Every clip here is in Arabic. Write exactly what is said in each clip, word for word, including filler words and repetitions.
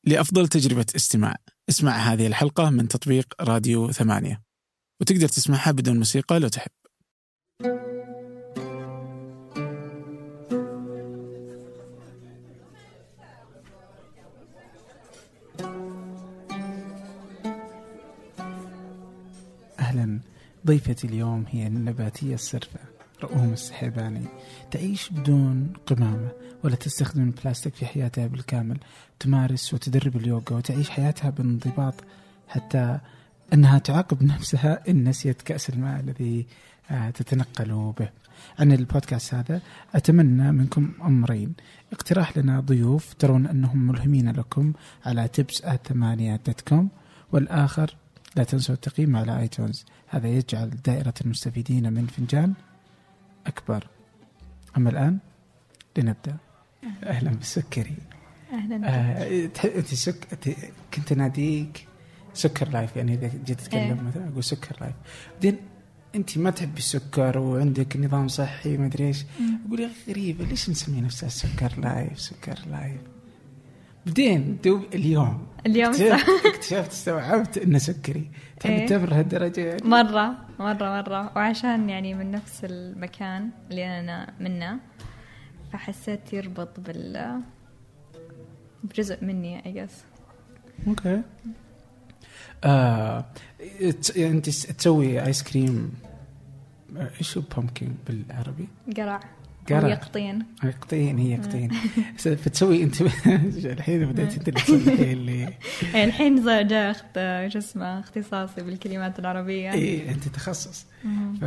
لأفضل تجربة استماع. اسمع هذه الحلقة من تطبيق راديو ثمانية، وتقدر تسمعها بدون موسيقى لو تحب. أهلا، ضيفتي اليوم هي النباتية السرفة رؤوم السحيباني. تعيش بدون قمامة ولا تستخدم البلاستيك في حياتها بالكامل، تمارس وتدرب اليوغا وتعيش حياتها بانضباط، حتى أنها تعاقب نفسها إن نسيت كأس الماء الذي تتنقل به. عن البودكاست هذا أتمنى منكم أمرين: اقتراح لنا ضيوف ترون أنهم ملهمين لكم على تيبس آت ثمانية دوت كوم، والآخر لا تنسوا التقييم على آيتونز، هذا يجعل دائرة المستفيدين من فنجان أكبر. أما الآن لنبدأ. أهلا بالسكري. أهلا. آه، أنت سك... كنت ناديك سكر لايف، يعني إذا جيت تتكلم إيه؟ مثلا أقول سكر لايف، بعدين أنت ما تحبي السكر وعندك نظام صحي ما أدري إيش، أقول يا غريبة ليش نسمي نفسها سكر لايف سكر لايف. بعدين دوب اليوم اليوم اكتشفت, اكتشفت استوعبت إنه سكري. تحب إيه؟ تمر هالدرجة يعني؟ مرة مرة مرة، وعشان يعني من نفس المكان اللي أنا منه، فحسيت يربط بال بجزء مني I guess. اوكي. آه، انت تسوي ايس كريم، ايش هو بامكين بالعربي؟ قرع. قرع. يقطين. يقطين هي يقطين. فتسوي انت الحين بدأت انت اللي تسوي اللي الحين جاء اخت شو اسمه اختصاصي بالكلمات العربية. ايه انت تخصص. ف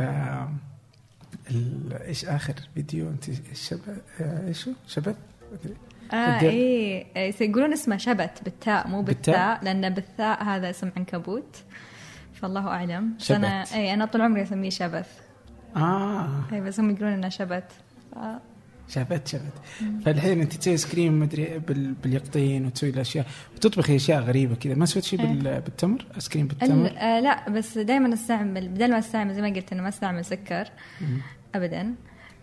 ايش اخر فيديو انت شبه ايش هو شبت؟ اه ايه يقولون اسمه شبت بالتاء مو بالتاء, بالتاء؟ لأن بالثاء هذا اسم عنكبوت، فالله أعلم. شبت. أنا اي أنا طول عمري أسميه شبث. اه اي بس هم يقولون إنه شبت. ف... شبت شبت. فالحين انت تسوي سكريم مدري بال... باليقطين وتسوي الاشياء وتطبخي اشياء غريبه كذا. ما سويت شيء بال... بالتمر؟ سكريم بالتمر؟ ال... آه لا، بس دائما استعمل، بدل ما استعمل زي ما قلت انه ما استعمل سكر ابدا،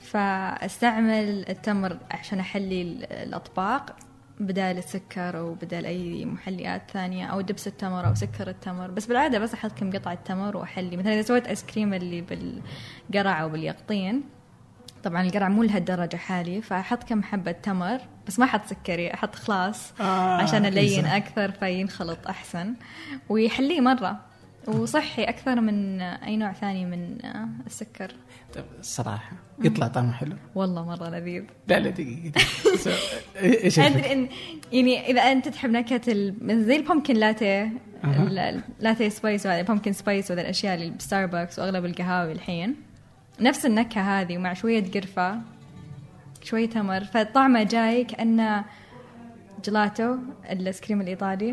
فاستعمل التمر عشان احلي الأطباق بدال السكر أو بدال أي محليات ثانية، أو دبس التمر أو سكر التمر. بس بالعادة بس أحط كم قطعة تمر وأحلي. مثلا إذا سويت آيس كريم اللي بالقرع أو باليقطين، طبعا القرع مو لهالدرجة حالي، فأحط كم حبة تمر بس ما أحط سكري، أحط خلاص آه عشان ألين إزا. أكثر فينخلط أحسن ويحليه مرة، وصحي أكثر من أي نوع ثاني من السكر. طب الصراحة يطلع طعمه حلو والله مرة لذيذ. لا لا دقيقة إيش أدري إن يعني إذا أنت تحب نكهة ال... زي البومكن لاتيه، اللاتيه سبايس وهذا البومكن سبايس وهذا الأشياء اللي بستاربكس وأغلب القهاوي الحين، نفس النكهة هذه ومع شوية قرفة شوية تمر، فطعمه جاي كأنه جلاتو الاسكريم الإيطالي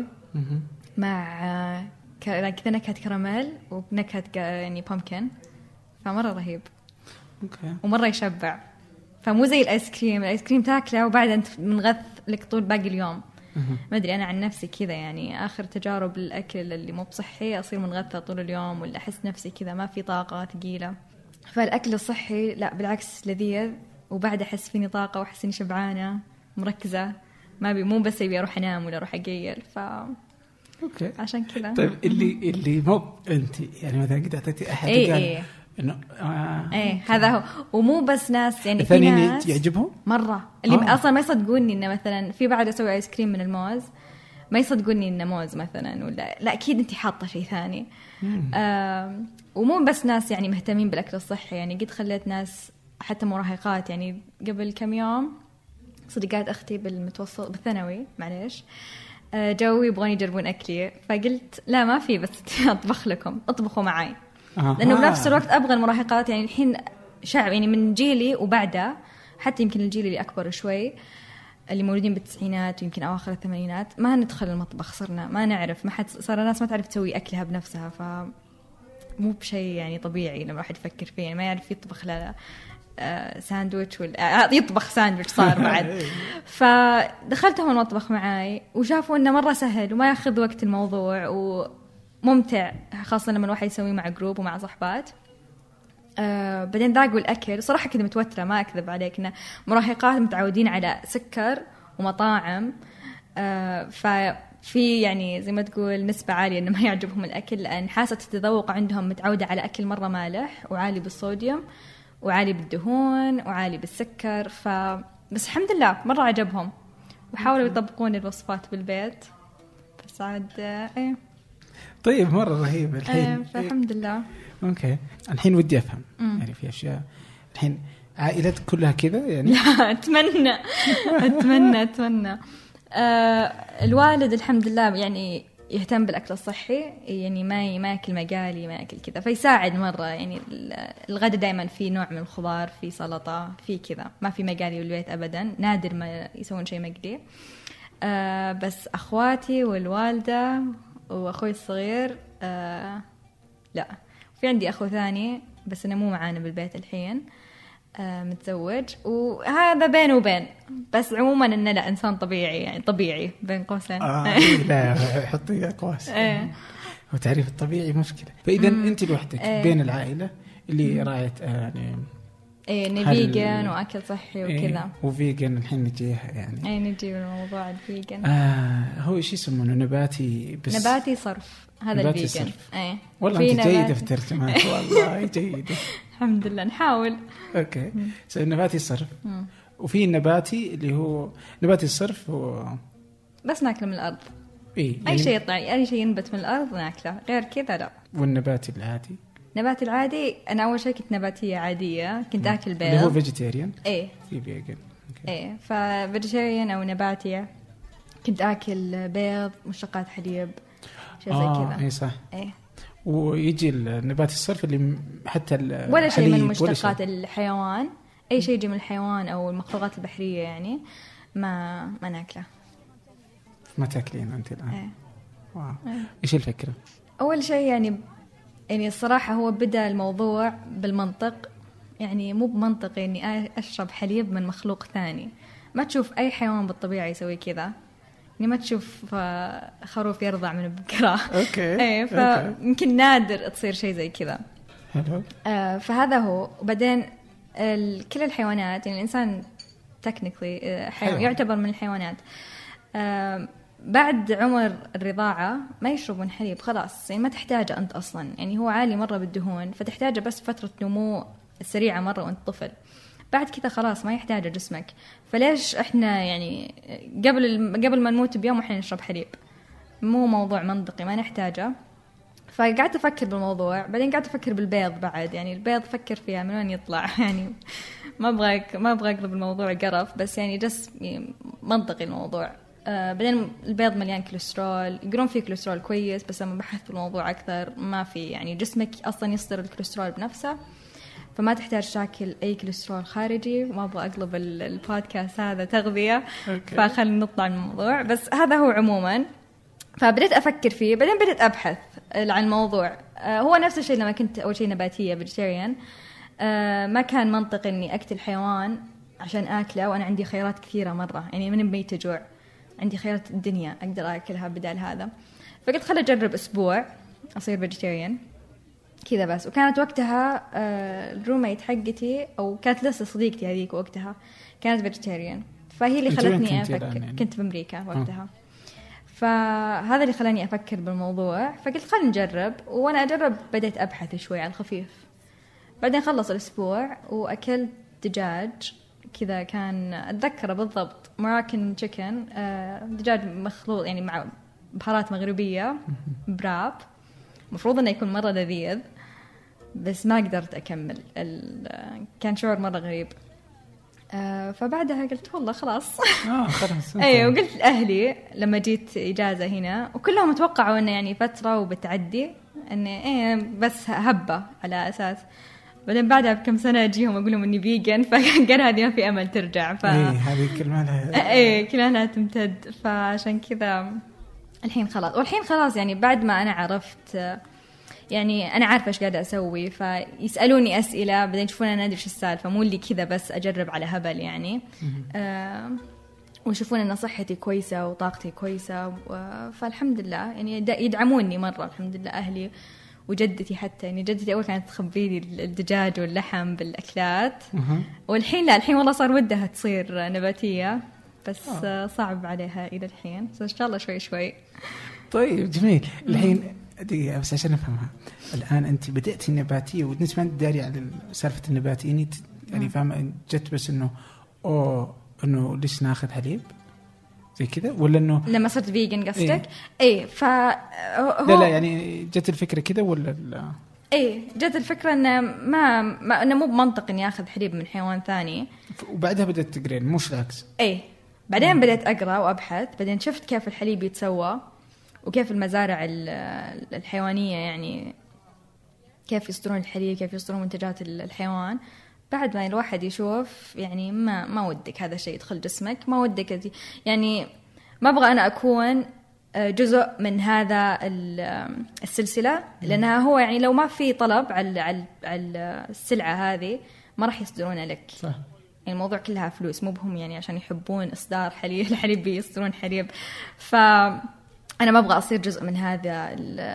مع كذا نكهة كراميل ونكهة يعني بومكن، فمرة رهيب. أوكي. ومرة يشبع، فمو زي الآيس كريم. الآيس كريم تاكله وبعد أنت منغث لك طول باقي اليوم. ما أدري أنا عن نفسي كذا، يعني آخر تجارب الأكل اللي مو بصحي أصير منغثة طول اليوم، ولا أحس نفسي كذا ما في طاقة ثقيلة. فالأكل الصحي لا بالعكس لذيذ، وبعد أحس فيني طاقة وأحس إني شبعانة مركزة، ما بي مو بس يبي أروح أنام ولا أروح أقيل. ف أوكي. عشان كذا. طيب اللي اللي مو أنت يعني مثلا قد أعطيتي أحد إيه قال إيه. إنه آه إيه هذا هو، ومو بس ناس يعني في ثانيين ناس يعجبهم مرة اللي آه. أصلا ما يصدقوني إنه مثلا في بعد أسوي آيس كريم من الموز، ما يصدقوني إنه موز مثلا، ولا لا أكيد أنتي حاطة شيء ثاني. آه ومو بس ناس يعني مهتمين بالأكل الصحي، يعني قد خليت ناس حتى مراهقات. يعني قبل كم يوم صديقات أختي بالمتوسط بالثانوي معليش آه جو يبغون يجربون أكلي، فقلت لا ما في، بس أطبخ لكم، أطبخوا معي. آه. لأنه بنفس الوقت أبغى المراهقات، يعني الحين شعب يعني من جيلي وبعده، حتى يمكن الجيل اللي أكبر شوي اللي مولودين بالتسعينات ويمكن أواخر الثمانينات، ما ندخل المطبخ، صرنا ما نعرف، ما حد صار الناس ما تعرف تسوي أكلها بنفسها، فمو بشيء يعني طبيعي لما واحد يفكر فيه، يعني ما يعرف يطبخ لا آه ساندويتش ولا يطبخ ساندويتش صار بعد. فدخلتهم المطبخ معاي وشافوا إنه مرة سهل وما يأخذ وقت الموضوع وممتع، خاصة لما الواحد يسوي مع جروب ومع صحبات. آه بعدين ذاقوا الأكل صراحة كده متوترة، ما أكذب عليك، إن مراهقات متعودين على سكر ومطاعم، آه في يعني زي ما تقول نسبة عالية إنه ما يعجبهم الأكل، لأن حاسة التذوق عندهم متعودة على أكل مرة مالح وعالي بالصوديوم وعالي بالدهون وعالي بالسكر. ف بس الحمد لله مرة عجبهم وحاولوا يطبقون الوصفات بالبيت. بس عاد إيه. طيب مرة رهيب الحين. إيه فالحمد لله. أوكي الحين ودي أفهم م. يعني في أشياء الحين عائلتك كلها كذا يعني؟ لا أتمنى أتمنى أتمنى آه الوالد الحمد لله يعني يهتم بالأكل الصحي، يعني ما ما يأكل مقالي ما يأكل كذا، فيساعد مرة. يعني الغداء دائما في نوع من الخضار، في سلطة، في كذا، ما في مقالي بالبيت أبدا، نادر ما يسوون شيء مقلي. آه بس أخواتي والوالدة وأخوي الصغير آه لا. في عندي أخو ثاني بس أنا مو معانا بالبيت الحين، آه متزوج، وهذا بين وبين. بس عموما إنه لا إنسان طبيعي، يعني طبيعي بين قوسين. آه لا حطي أقواس. هو تعريف الطبيعي مشكلة. فإذا أنت لوحدك ايه. بين العائلة اللي رايت يعني ايه فيجن واكل صحي وكذا. ايه وفيجن الحين نجيها يعني. ايه نجي الموضوع الفيجن. آه هو ايش يسمونه نباتي بس نباتي صرف هذا الفيجن. ايه والله انت جيدة في الترجمات والله جيدة. الحمد لله نحاول. اوكي سو نباتي صرف. مم. وفي النباتي اللي هو نباتي الصرف هو بس ناكله من الارض. ايه اي يعني شيء يطلع اي شيء ينبت من الارض ناكله، غير كذا لا. والنباتي العادي؟ نباتي العادي انا اول شيء كنت نباتيه عاديه، كنت اكل بيض اللي هو فيجيتيريان. ايه في فيجن. ايه ففيجيتيريان او نباتيه، كنت اكل بيض مشتقات حليب شيء زي آه كذا. اي صح. ايه ويجي النبات الصرف اللي حتى ولا شيء من مشتقات الحيوان، اي شيء يجي من الحيوان او المخلوقات البحريه يعني ما ما ناكله. ما تاكلين انت الان؟ ايه. واو. ايش الفكره؟ اول شيء يعني يعني الصراحة هو بدأ الموضوع بالمنطق، يعني مو بمنطق إني أشرب حليب من مخلوق ثاني. ما تشوف أي حيوان بالطبيعة يسوي كذا، يعني ما تشوف خروف يرضع من بقرة. أوكي. إيه فيمكن نادر تصير شيء زي كذا. حلو. آه فهذا هو. وبعدين كل الحيوانات يعني الإنسان تكنيكلي حيوان يعتبر من الحيوانات. آه بعد عمر الرضاعة ما يشربون حليب خلاص، يعني ما تحتاجه أنت أصلا، يعني هو عالي مرة بالدهون فتحتاجه بس فترة نمو سريعة مرة وأنت طفل. بعد كذا خلاص ما يحتاجه جسمك. فليش إحنا يعني قبل قبل ما نموت بيوم إحنا نشرب حليب؟ مو موضوع منطقي، ما نحتاجه. فقعدت أفكر بالموضوع، بعدين قعدت أفكر بالبيض بعد، يعني البيض فكر فيها من وين يطلع. يعني ما أبغى ما أبغى أقلب الموضوع قرف، بس يعني جس يعني منطقي الموضوع. آه بعدين البيض مليان كوليسترول، يقولون فيه كوليسترول كويس، بس لما بحثت في الموضوع أكثر ما في، يعني جسمك أصلا يصدر الكوليسترول بنفسه، فما تحتاج تاكل أي كوليسترول خارجي. وما أبغى أقلب البودكاست هذا تغذية، فخلنا نطلع من الموضوع. بس هذا هو عموما. فبدأت أفكر فيه، بعدين بدأت أبحث عن الموضوع. آه هو نفس الشيء لما كنت أول شيء نباتية فيجيتيريان، آه ما كان منطق إني أقتل حيوان عشان أكله وأنا عندي خيارات كثيرة مرة، يعني من بيت جوع عندي خيارات الدنيا أقدر أكلها بدال هذا. فقلت خلي أجرب أسبوع أصير فيجيتيريان كذا بس. وكانت وقتها آه الروميت حقتي أو كانت لسه صديقتي هذيك وقتها كانت فيجيتيريان، فهي اللي خلتني أفكر. يعني. كنت بأمريكا وقتها. أوه. فهذا اللي خلاني أفكر بالموضوع. فقلت خلينا نجرب، وأنا أجرب بدأت أبحث شوي على الخفيف. بعدين خلص الأسبوع وأكلت دجاج كذا، كان أتذكره بالضبط مراكن تشيكن، آه دجاج مخلوط يعني مع بهارات مغربية براب. مفروض أنه يكون مرة لذيذ بس ما قدرت أكمل، كان شعور مرة غريب. آه فبعدها قلت والله خلاص. آه خلاص. أيوة وقلت لأهلي لما جيت إجازة هنا، وكلهم توقعوا أنه يعني فترة وبتعدي، أنه إيه بس هبة على أساس. بعدين بعدها بكم سنة أجيهم أقول لهم إني فيجن، فقال هذه ما في أمل ترجع. ف إيه هذه كلمة لها إيه كلها تمتد. فعشان كذا الحين خلاص. والحين خلاص يعني بعد ما أنا عرفت، يعني أنا عارفة إيش قاعدة أسوي، فيسألوني أسئلة بعدين يشوفون أنا أدري إيش السالفة، مو اللي كذا بس أجرب على هبل يعني. آه ويشوفون أن صحتي كويسة وطاقتي كويسة، فالحمد لله يعني يدعموني مرة الحمد لله أهلي وجدتي. حتى يعني جدتي أول كانت تخبي لي الدجاج واللحم بالأكلات، والحين لا، الحين والله صار ودها تصير نباتية، بس آه. صعب عليها إلى الحين، بس إن شاء الله شوي شوي. طيب جميل. الحين دقيقة بس عشان أفهمها، الآن أنت بدأتي النباتية ونسمع داري على سالفة النباتية، يعني يعني فاهم جت بس إنه أو إنه ليش ناخذ حليب زي كذا، ولا إنه لما صرت فيجن قصدك؟ إيه, إيه ف لا لا يعني جت الفكرة كذا ولا لا؟ إيه جت الفكرة إنه ما, ما إنه مو بمنطق إني أخذ حليب من حيوان ثاني، وبعدها بدأت تقرين مش العكس. إيه بعدين مم. بدأت أقرأ وأبحث، بعدين شفت كيف الحليب يتسوى وكيف المزارع الحيوانية يعني كيف يصدرون الحليب، كيف يصدرون منتجات الحيوان. بعد ما الواحد يشوف يعني ما ما ودك هذا الشيء يدخل جسمك، ما ودك يعني ما أبغى أنا أكون جزء من هذا السلسلة، لأنها هو يعني لو ما في طلب على على السلعة هذه ما راح يصدرونها لك. صح. يعني الموضوع كلها فلوس، مو بهم يعني عشان يحبون إصدار حليب الحليب يصدرون حليب. فأنا ما أبغى أصير جزء من هذا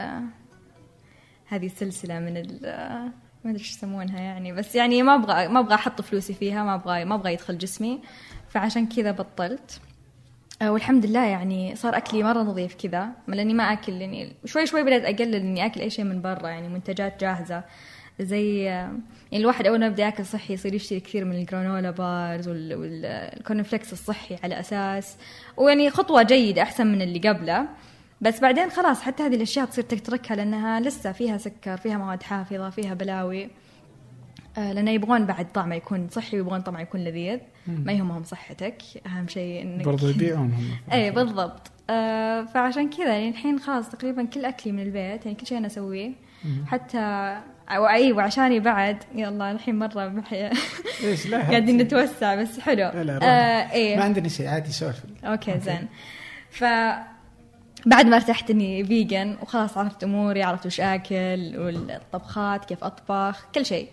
هذه السلسلة من ال ما أدري إيش يسمونها يعني، بس يعني ما أبغى ما أبغى أحط فلوسي فيها، ما أبغى ما أبغى يدخل جسمي، فعشان كذا بطلت. والحمد لله يعني صار أكلي مرة نظيف كذا، لأني ما أكل يعني شوي شوي بدأت أقلل إني أكل أي شيء من برا، يعني منتجات جاهزة زي يعني الواحد أول ما بدأ يأكل صحي يصير يشتري كثير من الجرانولا بارز والكورنفليكس الصحي على أساس، ويعني خطوة جيدة أحسن من اللي قبله. بس بعدين خلاص حتى هذه الأشياء تصير تتركها لأنها لسه فيها سكر، فيها مواد حافظة، فيها بلاوي، لأنه يبغون بعد طعمه يكون صحي ويبغون طعمه يكون لذيذ، ما يهمهم صحتك، أهم شيء إنك برضو يبيعونهم. أي بالضبط. آه فعشان كذا يعني الحين خلاص تقريبا كل أكلي من البيت، يعني كل شيء أنا أسويه حتى أي وعشاني بعد يلا الحين مرة بحي قاعدين نتوسع بس حلو. لا لا آه إيه ما عندنا شيء عادي سولف. أوكي زين. ف بعد ما ارتحت اني فيجن وخلاص عرفت اموري، عرفت وش اكل والطبخات كيف اطبخ كل شيء،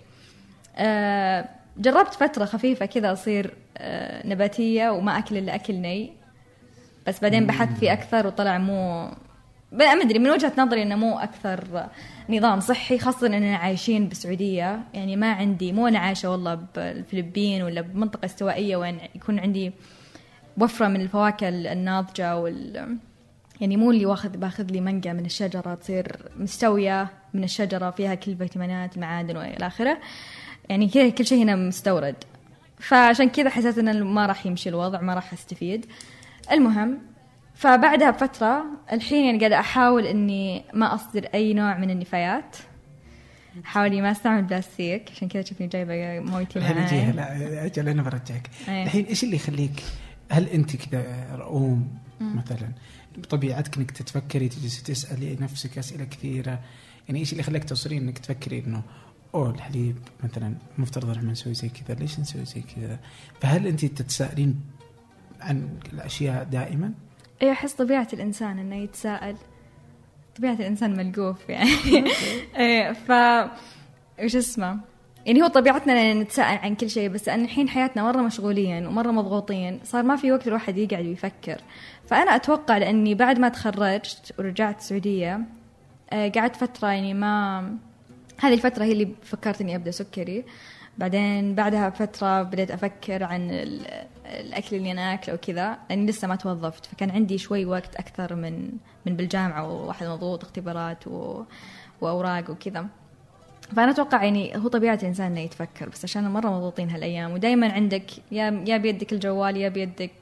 أه جربت فتره خفيفه كذا اصير أه نباتيه وما اكل الا اكل ني، بس بعدين بحثت فيه اكثر وطلع مو ما ادري من وجهه نظري انه مو اكثر نظام صحي، خاصه اننا عايشين بالسعوديه، يعني ما عندي مو انا عايشه والله بالفلبين ولا بمنطقه استوائيه وين يكون عندي وفره من الفواكه الناضجه وال يعني مو اللي واخذ باخذ لي مانجا من الشجرة تصير مستوية من الشجرة فيها كل فيتامينات معادن وإلى آخره، يعني كذا كل شيء هنا مستورد، فعشان كذا حسيت إن ما راح يمشي الوضع، ما راح أستفيد. المهم فبعدها بفترة الحين يعني قاعدة أحاول إني ما أصدر أي نوع من النفايات، حاولي ما استعمل بلاستيك، عشان كذا تشوفني جايبة مويتي معاي. لا أجل أنا برجعك الحين. إيش اللي يخليك، هل أنت كذا رؤوم مثلا بطبيعتك انك تتفكري تجلسي تسالي نفسك اسئله كثيره، يعني ايش اللي خلاك توصلين انك تفكري انه اوه الحليب مثلا مفترض لما نسوي زي كذا ليش نسوي زي كذا؟ فهل انت تتسائلين عن الاشياء دائما؟ اي احس طبيعه الانسان انه يتساءل، طبيعه الانسان ملقوف يعني. اي ف ايش اسمه يعني هو طبيعتنا نتساءل عن كل شيء، بس أن الحين حياتنا مرة مشغولين ومرة مضغوطين، صار ما في وقت الواحد يقعد ويفكر. فأنا أتوقع لأني بعد ما تخرجت ورجعت السعودية قعدت فترة يعني ما هذه الفترة هي اللي فكرت إني أبدأ سكري، بعدين بعدها بفترة بدأت أفكر عن الأكل اللي أنا أكله وكذا، لأني لسه ما توظفت، فكان عندي شوي وقت أكثر من من بالجامعة وواحد مضغوط اختبارات و... وأوراق وكذا. فأنا أتوقع يعني هو طبيعة الإنسان إنه يتفكر، بس عشان مرة مضغوطين هالأيام ودايما عندك يا يا بيدك الجوال يا بيدك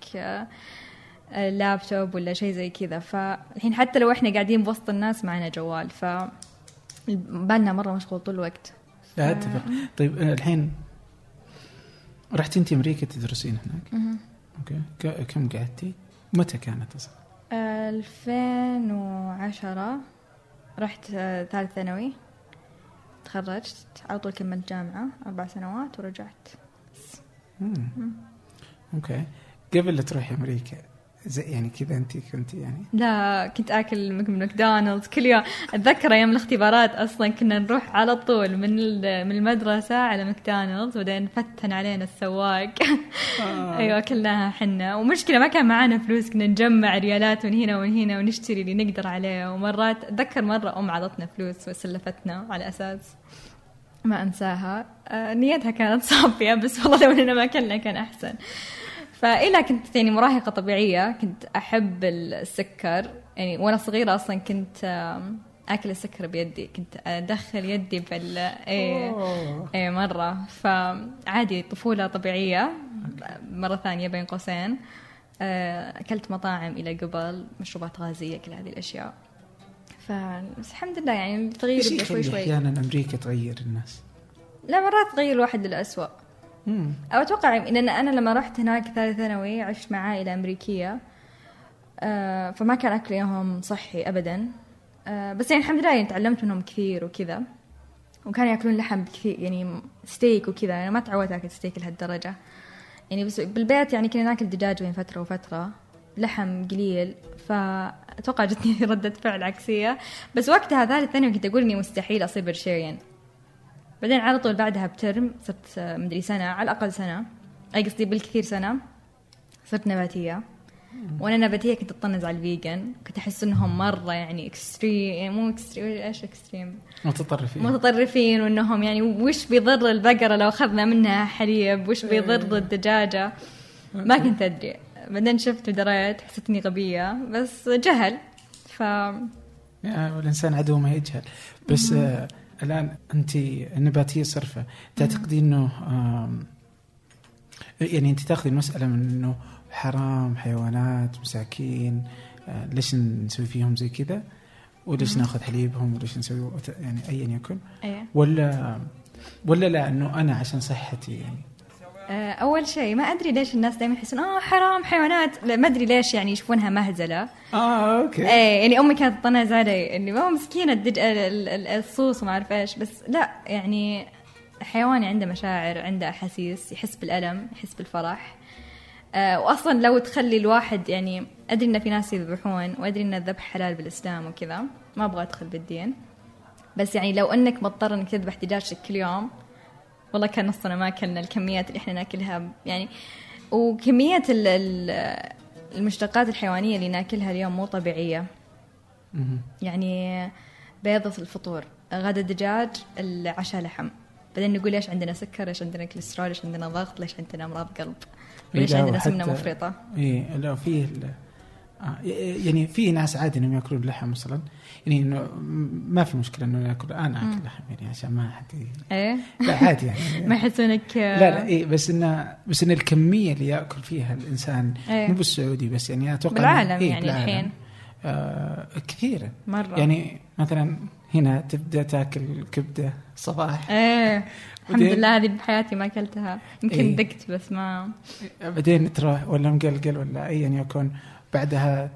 اللابتوب ولا شيء زي كذا، فالحين حتى لو إحنا قاعدين بوسط الناس معنا جوال، فبالنا مرة مشغول طول الوقت. لا أتفق. طيب الحين رحت أنت أمريكا تدرسين هناك؟ أوكي. كم قعدتي؟ متى كانت أصلا؟ ألفين وعشرة رحت ثالث ثانوي، تخرجت على طول كملت جامعة أربع سنوات ورجعت. مم. أوكي. قبل لا تروحي أمريكا زي يعني كذا أنت كنت يعني؟ لا كنت آكل من ماكدونالدز كل يوم. أتذكر أيام الاختبارات أصلا كنا نروح على طول من من المدرسة على ماكدونالدز وبعدين فتن علينا السواق. آه. أيوة أكلناها حنا، ومشكلة ما كان معنا فلوس، كنا نجمع ريالات من هنا ومن هنا ونشتري اللي نقدر عليه. ومرات أتذكر مرة أم عطتنا فلوس وسلفتنا على أساس ما أنساها. آه نيتها كانت صافية، بس والله لو إننا ما أكلنا كان أحسن. فإلا كنت يعني مراهقة طبيعية، كنت أحب السكر يعني. وأنا صغيرة أصلا كنت أكل السكر بيدي، كنت أدخل يدي بال إيه إيه مرة. فعادي طفولة طبيعية. مرة ثانية بين قوسين أكلت مطاعم إلى قبل، مشروبات غازية، كل هذه الأشياء. فالحمد لله يعني تغير شوي شوي. أحيانا أمريكا تغير الناس، لا مرات تغير الواحد للأسوأ. مم. أو أتوقع إن أنا لما رحت هناك ثالث ثانوي عشت مع عائلة أمريكية، آه فما كان أكلهم صحي أبدا، آه بس يعني الحمد لله يعني تعلمت منهم كثير وكذا. وكانوا يأكلون لحم كثير يعني ستيك وكذا. أنا ما تعودت أكل ستيك لهالدرجة يعني. بس بالبيت يعني كنا ناكل دجاج بين فترة وفترة، لحم قليل. فأتوقع جتني ردة فعل عكسية. بس وقتها ثالث ثانوي كنت أقول إني مستحيل أصير برشيريان. بعدين على طول بعدها بترم صرت مدري سنة على الأقل سنة، أي قصدي بالكثير سنة، صرت نباتية. وأنا نباتية كنت أطنز على الفيجن، كنت أحس إنهم مرة يعني إكستريم، يعني مو إكستريم، إيش إكستريم، متطرفين متطرفين وإنهم يعني وش بيضر البقرة لو أخذنا منها حليب، وش بيضر الدجاجة. ما كنت أدري. بعدين شفت ودريت، حسيت إني غبية، بس جهل. ف والإنسان عدو ما يجهل. بس آه الآن أنت نباتية صرفة، تعتقدي أنه يعني أنت تأخذي المسألة من أنه حرام حيوانات مساكين، ليش نسوي فيهم زي كذا، وليش نأخذ حليبهم، وليش نسوي يعني أيا يكن، ولا ولا لا أنه أنا عشان صحتي يعني؟ أول شيء ما أدري ليش الناس دائما يحسون آه حرام حيوانات، لا ما أدري ليش يعني يشوفونها مهزلة. آه أوكي. إيه يعني أمي كانت تطنز علي إني ما مسكينة الدج... الصوص وما أعرف إيش، بس لا يعني حيواني عنده مشاعر، عنده أحاسيس، يحس بالألم، يحس بالفرح. آه وأصلا لو تخلي الواحد يعني، أدري إن في ناس يذبحون، وأدري إن الذبح حلال بالإسلام وكذا، ما أبغى أدخل بالدين، بس يعني لو أنك مضطر إنك تذبح دجاجتك كل يوم، والله كان نصنا ما أكلنا الكميات اللي إحنا ناكلها يعني. وكمية المشتقات الحيوانية اللي ناكلها اليوم مو طبيعية. يعني بيضة الفطور، غدا دجاج، العشاء لحم، بعدين نقول ليش عندنا سكر، ليش عندنا كوليسترول، ليش عندنا ضغط، ليش عندنا أمراض قلب، ليش عندنا سمنة مفرطة. إيه لو فيه آه يعني في ناس عادي إنهم يأكلون اللحم مثلا، يعني إنه ما في مشكلة إنه يأكل، أنا أكل لحم يعني عشان ما حد إيه لا عادي يعني ما يحسونك لا لا إيه، بس إنه بس إن الكمية اللي يأكل فيها الإنسان إيه؟ مو بالسعودي بس يعني أتوقع بالعالم إيه يعني بالعالم. الحين آه كثيرة مرة. يعني مثلا هنا تبدأ تأكل كبدة صباح، إيه الحمد لله هذه بحياتي ما أكلتها، يمكن إيه؟ دقت بس ما. بعدين تروح ولا مقلقل ولا أيا يكون، بعدها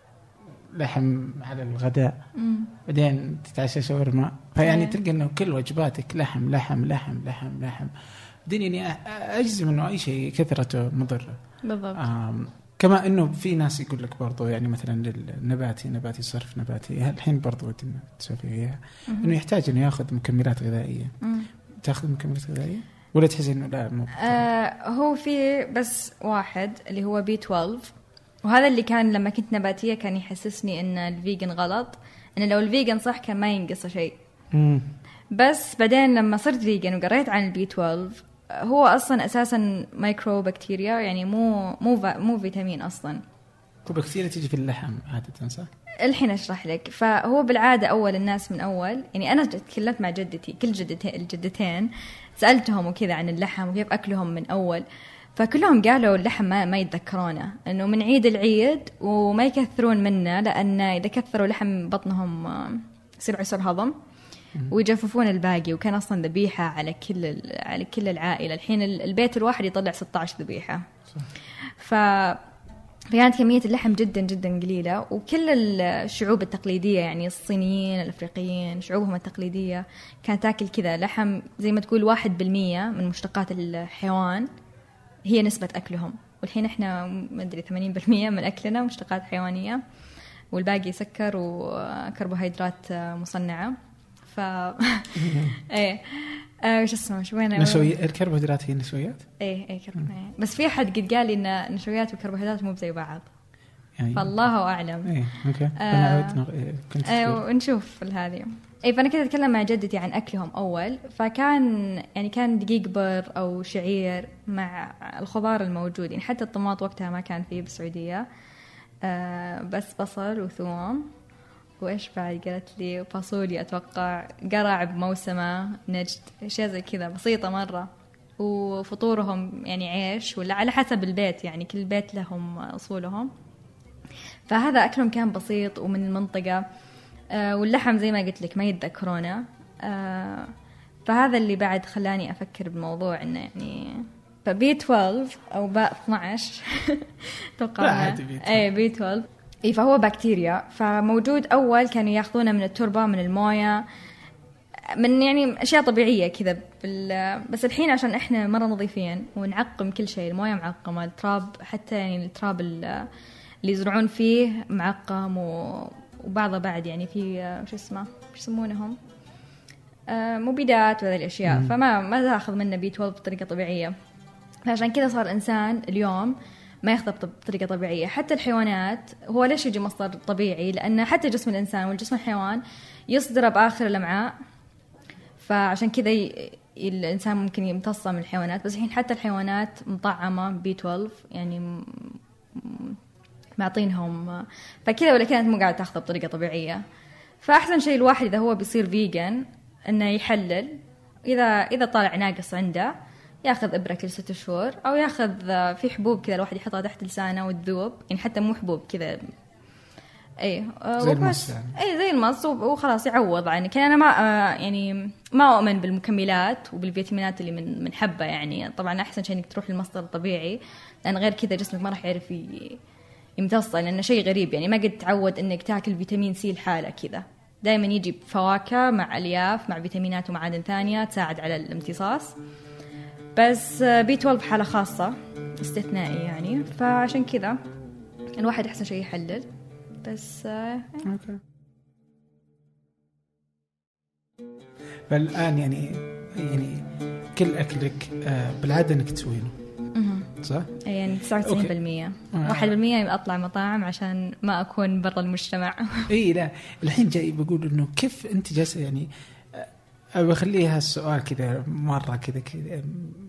لحم على الغداء، مم. بعدين تتعشى شاورما، فيعني تلقى إنه كل وجباتك لحم لحم لحم لحم لحم. بعدين يعني أجزم إنه أي شيء كثرته مضرة بالضبط. كما إنه في ناس يقول لك برضو يعني مثلا للنباتي نباتي صرف نباتي، الحين برضو ودنا تسوي إياها إنه يحتاج إنه يأخذ مكملات غذائية. مم. تأخذ مكملات غذائية ولا تحس إنه لا مو آه هو في بس واحد اللي هو بي اثنا عشر، وهذا اللي كان لما كنت نباتية كان يحسسني إن الفيجن غلط، إن لو الفيجن صح كان ما ينقص شيء. مم. بس بعدين لما صرت فيجن وقريت عن البي اثنا عشر، هو أصلا أساسا مايكرو بكتيريا يعني مو مو مو فيتامين أصلا. بكتيريا تيجي في اللحم عادة صح؟ الحين أشرح لك. فهو بالعادة أول الناس من أول يعني أنا تكلمت مع جدتي، كل جدتين الجدتين سألتهم وكذا عن اللحم وكيف أكلهم من أول، فكلهم قالوا اللحم ما, ما يتذكرونه، إنه من عيد العيد وما يكثرون منه، لأن إذا كثروا لحم بطنهم يصير عسر هضم ويجففون الباقي. وكان أصلا ذبيحة على كل على كل العائلة. الحين البيت الواحد يطلع ستة عشر ذبيحة. ف فكانت كمية اللحم جدا جدا قليلة. وكل الشعوب التقليدية يعني الصينيين الأفريقيين شعوبهم التقليدية كانت تاكل كذا لحم زي ما تقول واحد بالمية من مشتقات الحيوان هي نسبة أكلهم. والحين إحنا ما أدري ثمانين بالمية من أكلنا مشتقات حيوانية، والباقي سكر وكربوهيدرات مصنعة. ف إيه آه وش اسمه شو وين نشويات؟ الكربوهيدرات هي نشويات. إيه إيه كربوهيدرات. بس في أحد قد قال لي إن نشويات والكربوهيدرات مو زي بعض. أي. فالله أعلم. إيه أوكي. آه كنت أيوة ونشوف هذه. أي فأنا كنت أتكلم مع جدتي عن أكلهم أول، فكان يعني كان دقيق بر أو شعير مع الخضار الموجود، يعني حتى الطماط وقتها ما كان فيه بالسعودية، آه بس بصل وثوم وإيش بعد قالت لي فاصوليا أتوقع، قرع بموسمه، نجد، أشياء زي كذا بسيطة مرة. وفطورهم يعني عيش ولا على حسب البيت، يعني كل بيت لهم أصولهم. فهذا أكلهم كان بسيط ومن المنطقة. آه واللحم زي ما قلت لك ما يتذكرونه. آه فهذا اللي بعد خلاني أفكر بالموضوع إنه يعني فبي اثنا عشر أو باء اثنا عشر توقع أي بي اثنا عشر. إيه فهو بكتيريا، فموجود أول كانوا يأخذونه من التربة، من الموية، من يعني أشياء طبيعية كذا. بس الحين عشان إحنا مرة نظيفين ونعقم كل شيء، الموية معقمة، التراب حتى يعني التراب اللي يزرعون فيه معقم، وبعضه بعد يعني في شو اسمه شو يسمونهم آه مبيدات وهذه الأشياء. مم. فما ما تأخذ منه بي اثنا عشر بطريقة طبيعية. فعشان كذا صار الإنسان اليوم ما ياخذه بطريقة طبيعية. حتى الحيوانات هو ليش يجي مصدر طبيعي؟ لأن حتى جسم الإنسان والجسم الحيوان يصدر بآخر الأمعاء، فعشان كذا ي... الإنسان ممكن يمتصه من الحيوانات. بس الحين حتى الحيوانات مطعمة بي اثنا عشر، يعني م... معطينهم، فكذا ولا كانت مو قاعدة تاخذه بطريقة طبيعية. فأحسن شيء الواحد إذا هو بيصير فيجن إنه يحلل، إذا إذا طالع ناقص عنده ياخذ إبرة كل ستة شهور، أو ياخذ في حبوب كذا الواحد يحطها تحت لسانه وتذوب، يعني حتى مو حبوب كذا اي زي المص يعني. اي زي المص وخلاص يعوض عني. كان انا ما يعني ما اؤمن بالمكملات وبالفيتامينات اللي من من حبه، يعني طبعا احسن شيء انك تروح للمصدر الطبيعي، لان غير كذا جسمك ما راح يعرف يمتصه، لانه شيء غريب. يعني ما قد تعود انك تاكل فيتامين سي لحاله كذا، دائما يجي فواكه مع الياف مع فيتامينات ومعادن ثانيه تساعد على الامتصاص. بس بي اثنا عشر حاله خاصه استثنائي يعني، فعشان كذا الواحد احسن شيء يحلل. بس اوكي. فالآن يعني يعني كل أكلك بالعادة إنك تسوينه صح؟ يعني تسعة وتسعين بالمية واحد بالمية أطلع مطاعم عشان ما أكون برا المجتمع. إيه لا الحين جاي بقول إنه كيف أنت جالسة يعني بخليها السؤال كذا مرة كذا كذا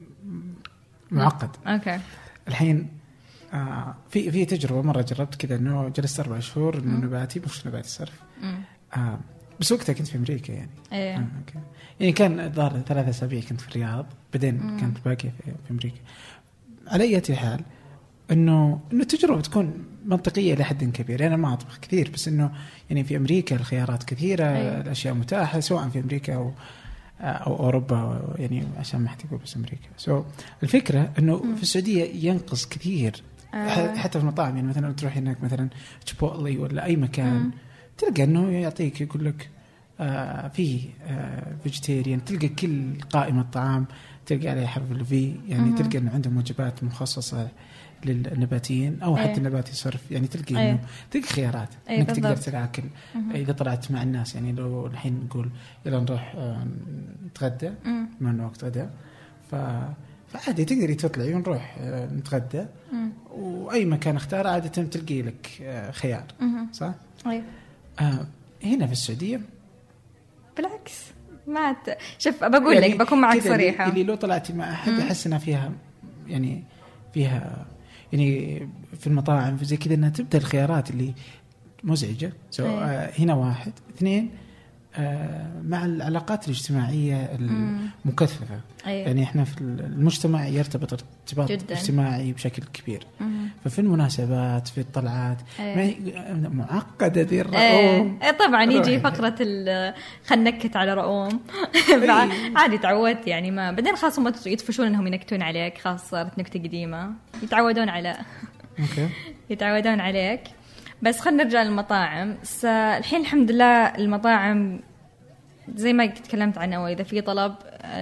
معقد. أوكي. الحين آه في في تجربة مرة جربت كذا إنه جلست أربع شهور إنه نباتي مش نباتي صرف. آه بس وقتها كنت في أمريكا يعني. إيه. آه أوكي. يعني كان الظاهر ثلاثة أسابيع كنت في الرياض، بعدين مم. كنت باقي في, في أمريكا. على أي حال إنه إنه التجربة تكون منطقية لحد كبير. أنا ما أطبخ كثير، بس إنه يعني في أمريكا الخيارات كثيرة. أيه. الأشياء متاحة سواء في أمريكا أو أو أوروبا، يعني عشان ما حد يقول بس أمريكا. سو الفكرة إنه مم. في السعودية ينقص كثير. آه. حتى في المطاعم يعني مثلا تروح هناك مثلا تشيبولي ولا أي مكان مم. تلقى إنه يعطيك يقول لك آه فيه آه فيجيتيريان، تلقى كل قائمة طعام تلقى عليها حرف الفي، يعني مم. تلقى إنه عندهم وجبات مخصصة للنباتيين أو حتى أيه. النباتي صرف، يعني تلقى أيه. إنه تلقى خيارات أيه إنك تقدر تاكل. إذا طلعت مع الناس يعني لو الحين نقول يلا نروح آه نتغدى ما إنه وقت غدا، ف فعادي تقدري تطلعي ونروح آه نتغدى. مم. وأي مكان اختار عادة تلقي لك آه خيار. مم. صح؟ أيه. آه هنا في السعودية بالعكس ما ت... شوف بقول يعني لك بكون معك صريحة، اللي لو طلعتي مع أحد أحس إنها فيها يعني فيها يعني في المطاعم في زي كذا إنها تبدأ الخيارات اللي مزعجة. سو آه هنا واحد اثنين آه مع العلاقات الاجتماعية المكثفة. أيه. يعني إحنا في المجتمع يرتبط ارتباط جداً. اجتماعي بشكل كبير. مم. ففي المناسبات في الطلعات أيه. معقدة ذي الرؤوم. أيه. طبعا يجي فقرة خل نكت على رؤوم. عادي تعودت يعني، ما بعدين خلاص هم يتفشون إنهم ينكتون عليك، خاص صارت نكتة قديمة يتعودون على يتعودون عليك. بس خلنا نرجع للمطاعم. الحين الحمد لله المطاعم زي ما تكلمت عنه، إذا في طلب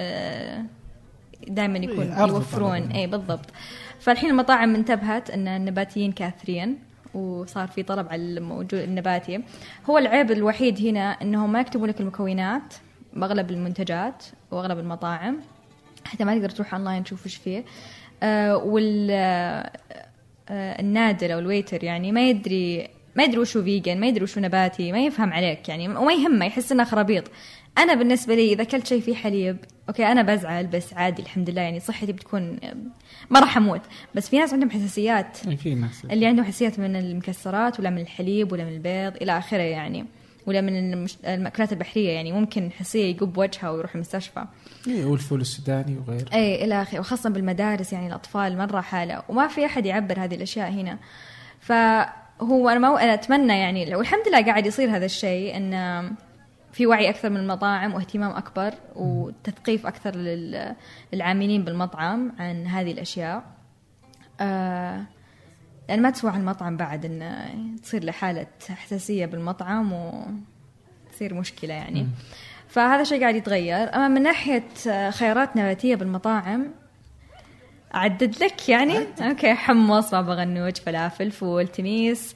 دائما يكون يوفرون. أي بالضبط. فالحين المطاعم انتبهت أن النباتيين كاثرين وصار في طلب على الموجود النباتي. هو العيب الوحيد هنا أنهم ما يكتبون لك المكونات بأغلب المنتجات وأغلب المطاعم، حتى ما تقدر تروح أونلاين تشوف إيش فيه. أه وال آه النادل أو الويتر يعني ما يدري ما يدري وشو فيجن، ما يدري وشو نباتي، ما يفهم عليك يعني، وما يهمه، يحس إنه خرابيط. أنا بالنسبة لي إذا أكلت شيء فيه حليب أوكي أنا بزعل، بس عادي الحمد لله يعني صحتي بتكون ما راح أموت. بس في ناس عندهم حساسيات، في ناس اللي عندهم حساسيات من المكسرات ولا من الحليب ولا من البيض إلى آخره يعني، ولا من المش... المأكولات البحرية يعني، ممكن حساسية يقب وجهها ويروح المستشفى. إيه والفول السوداني وغيره. أي إلى آخره، وخاصة بالمدارس يعني الأطفال مرة حالة، وما في أحد يعبر هذه الأشياء هنا. فهو أنا ما أنا أتمنى يعني، والحمد لله قاعد يصير هذا الشيء، إن في وعي أكثر من المطاعم واهتمام أكبر وتثقيف أكثر للعاملين بالمطعم عن هذه الأشياء. آه يعني ما تسوى على المطعم بعد إن تصير لحالة حساسية بالمطعم وتصير مشكلة يعني. فهذا شيء قاعد يتغير. أما من ناحية خيارات نباتية بالمطاعم أعدد لك يعني عدد. أوكي، حمص، بابا غنوج، فلافل، فول، تميس،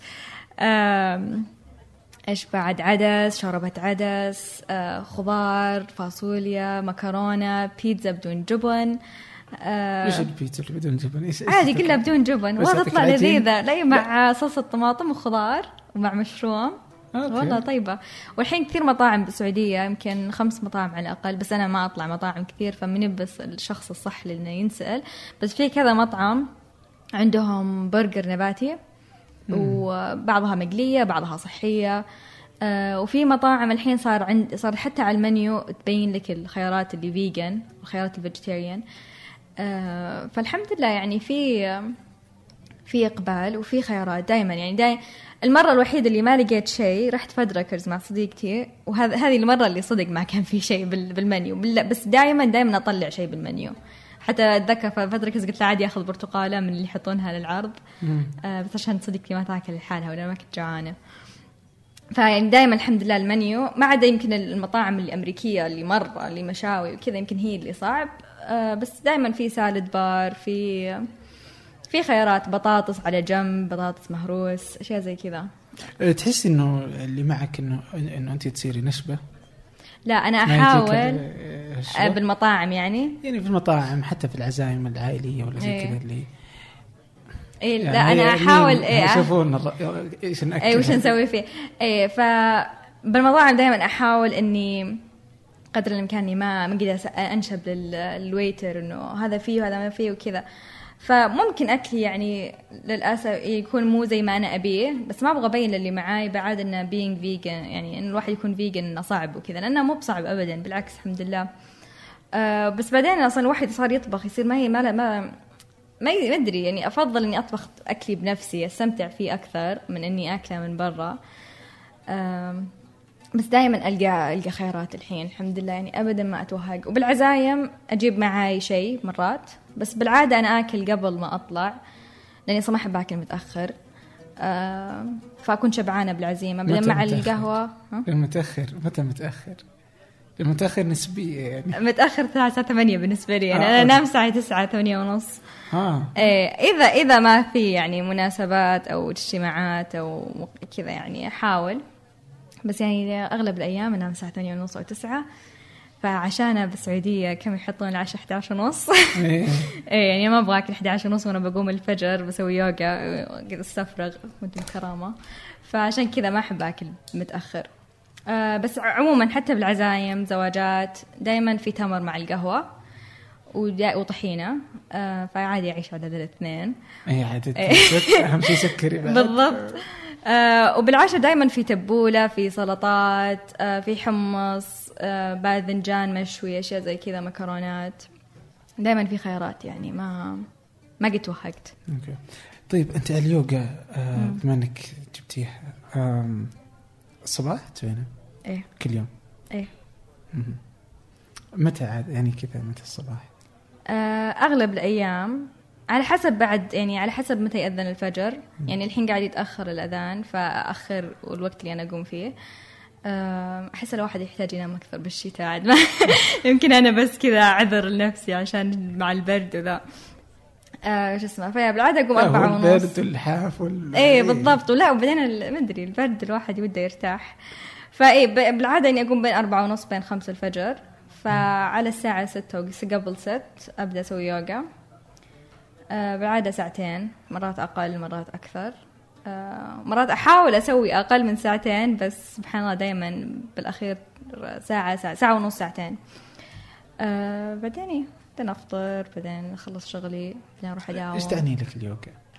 إيش بعد، عدس، شوربة عدس، آه، خضار، فاصوليا، مكرونة، بيتزا بدون جبن. آه إيش البيتزا اللي بدون جبن؟ إيش عادي كلها بدون جبن وتطلع لذيذة، لا مع صلصة طماطم وخضار ومع مشروم. والله طيبة. والحين كثير مطاعم بالسعودية، يمكن خمس مطاعم على الأقل، بس أنا ما أطلع مطاعم كثير فمني بس الشخص الصح لأنه ينسأل. بس في كذا مطعم عندهم برجر نباتي، وبعضها مقلية بعضها صحية. آه وفي مطاعم الحين صار عند صار حتى على المنيو تبين لك الخيارات اللي فيجن والخيارات الفيجيتيريان. آه فالحمد لله يعني في في إقبال وفي خيارات دائما يعني. دايما المرة الوحيدة اللي ما لقيت شيء رحت فدركرز مع صديقتي، وهذا هذه المرة اللي صدق ما كان في شيء بالمنيو، بس دائما دائما أطلع شيء بالمنيو. حتى أتذكر فدركرز قلت له عادي أخذ برتقالة من اللي يحطونها للعرض، آه بس عشان صديقتي ما تاكل لحالها ولا ما كنت جوعانة. فيعني دائما الحمد لله المنيو، ما عدا يمكن المطاعم الأمريكية اللي مرة اللي مشاوي وكذا يمكن هي اللي صعب. آه بس دائما في سالد بار، في في خيارات، بطاطس على جنب، بطاطس مهروس، أشياء زي كذا. تحس إنه اللي معك إنه إنه أنت تصيري نشبة؟ لا أنا أحاول بالمطاعم يعني يعني في المطاعم حتى في العزائم العائلية ولا زي إيه. كذا اللي إيه لا يعني أنا أحاول إيه يشوفون إيش نأكل إيه وش نسوي فيه إيه. فبالمطاعم دائما أحاول إني قدر الإمكان ما ما قد أنشب للويتر إنه هذا فيه وهذا ما فيه وكذا. فممكن أكلي يعني للأسف يكون مو زي ما أنا أبيه، بس ما أبغى أبين للي معاي بعد إنه being vegan يعني إن الواحد يكون vegan إنه صعب وكذا، لأنه مو بصعب أبدا بالعكس الحمد لله. أه بس بعدين أصلا الواحد صار يطبخ يصير ما هي ما ما ما أدري يعني، أفضل إني أطبخ أكلي بنفسي أستمتع فيه أكثر من إني أكله من برا. أه بس دائما ألقى ألقى خيارات الحين الحمد لله يعني أبدا ما أتوهق. وبالعزايم أجيب معاي شيء مرات، بس بالعادة أنا أكل قبل ما أطلع لأني صراحة أحب أكل متأخر. آه فأكون شبعانة بالعزيمة بعدين مع القهوة. المتأخر متى متأخر؟ المتأخر نسبية يعني متأخر الساعة ثمانية بالنسبة لي يعني. آه أنا نام الساعة تسعة ثمانية ونص. آه. إيه إذا إذا ما في يعني مناسبات أو اجتماعات أو كذا يعني أحاول، بس يعني أغلب الأيام أنام الساعة ثمانية ونص أو تسعة. فعشانة بالسعودية كم يحطون العشاء إحدى عشر ونص. إيه يعني ما أبغى أكل إحدى عشر ونص وأنا بقوم الفجر بسوي يوغا قد استفرغ ودي كرامة، فعشان كذا ما أحب أكل متأخر. آه بس عموما حتى بالعزايم زواجات دايما في تمر مع القهوة وطحينة. آه فعادي أعيش على ذا الاثنين. إيه عادي أهم شيء سكري بعد. بالضبط. آه وبالعشاء دايما في تبولة، في سلطات، آه في حمص، آه باذنجان مشوي، أشياء زي كذا، مكرونات، دايما في خيارات يعني ما ما قد توهقت. أوكي. طيب أنت اليوغا آه بما أنك جبتيها الصباح تسوينها؟ إيه كل يوم؟ إيه. متى عاد يعني كذا متى الصباح؟ آه أغلب الأيام على حسب بعد يعني على حسب متى يأذن الفجر. يعني الحين قاعد يتأخر الأذان فأخر الوقت اللي أنا أقوم فيه. أحس الواحد يحتاج ينام أكثر بالشتاء عاد ما يمكن أنا بس كذا أعذر لنفسي عشان مع البرد وذا آه شو اسمه. فيا بالعادة أقوم أربعة ونص. البرد والحاف وال... إيه بالضبط. ولا وبعدين ما أدري البرد الواحد يبدأ يرتاح. فإيه بالعادة إني أقوم بين أربعة ونص بين خمسة الفجر. فعلى الساعة ستة قبل ست أبدأ أسوي يوغا. آه بالعادة ساعتين، مرات أقل مرات أكثر. آه مرات أحاول أسوي أقل من ساعتين، بس سبحان الله دايما بالأخير ساعة ساعة, ساعة ونص ساعتين. آه بعدين بعدين أفطر، بعدين أخلص شغلي، بعدين أروح أداوم. إيش تعني لك اليوغا؟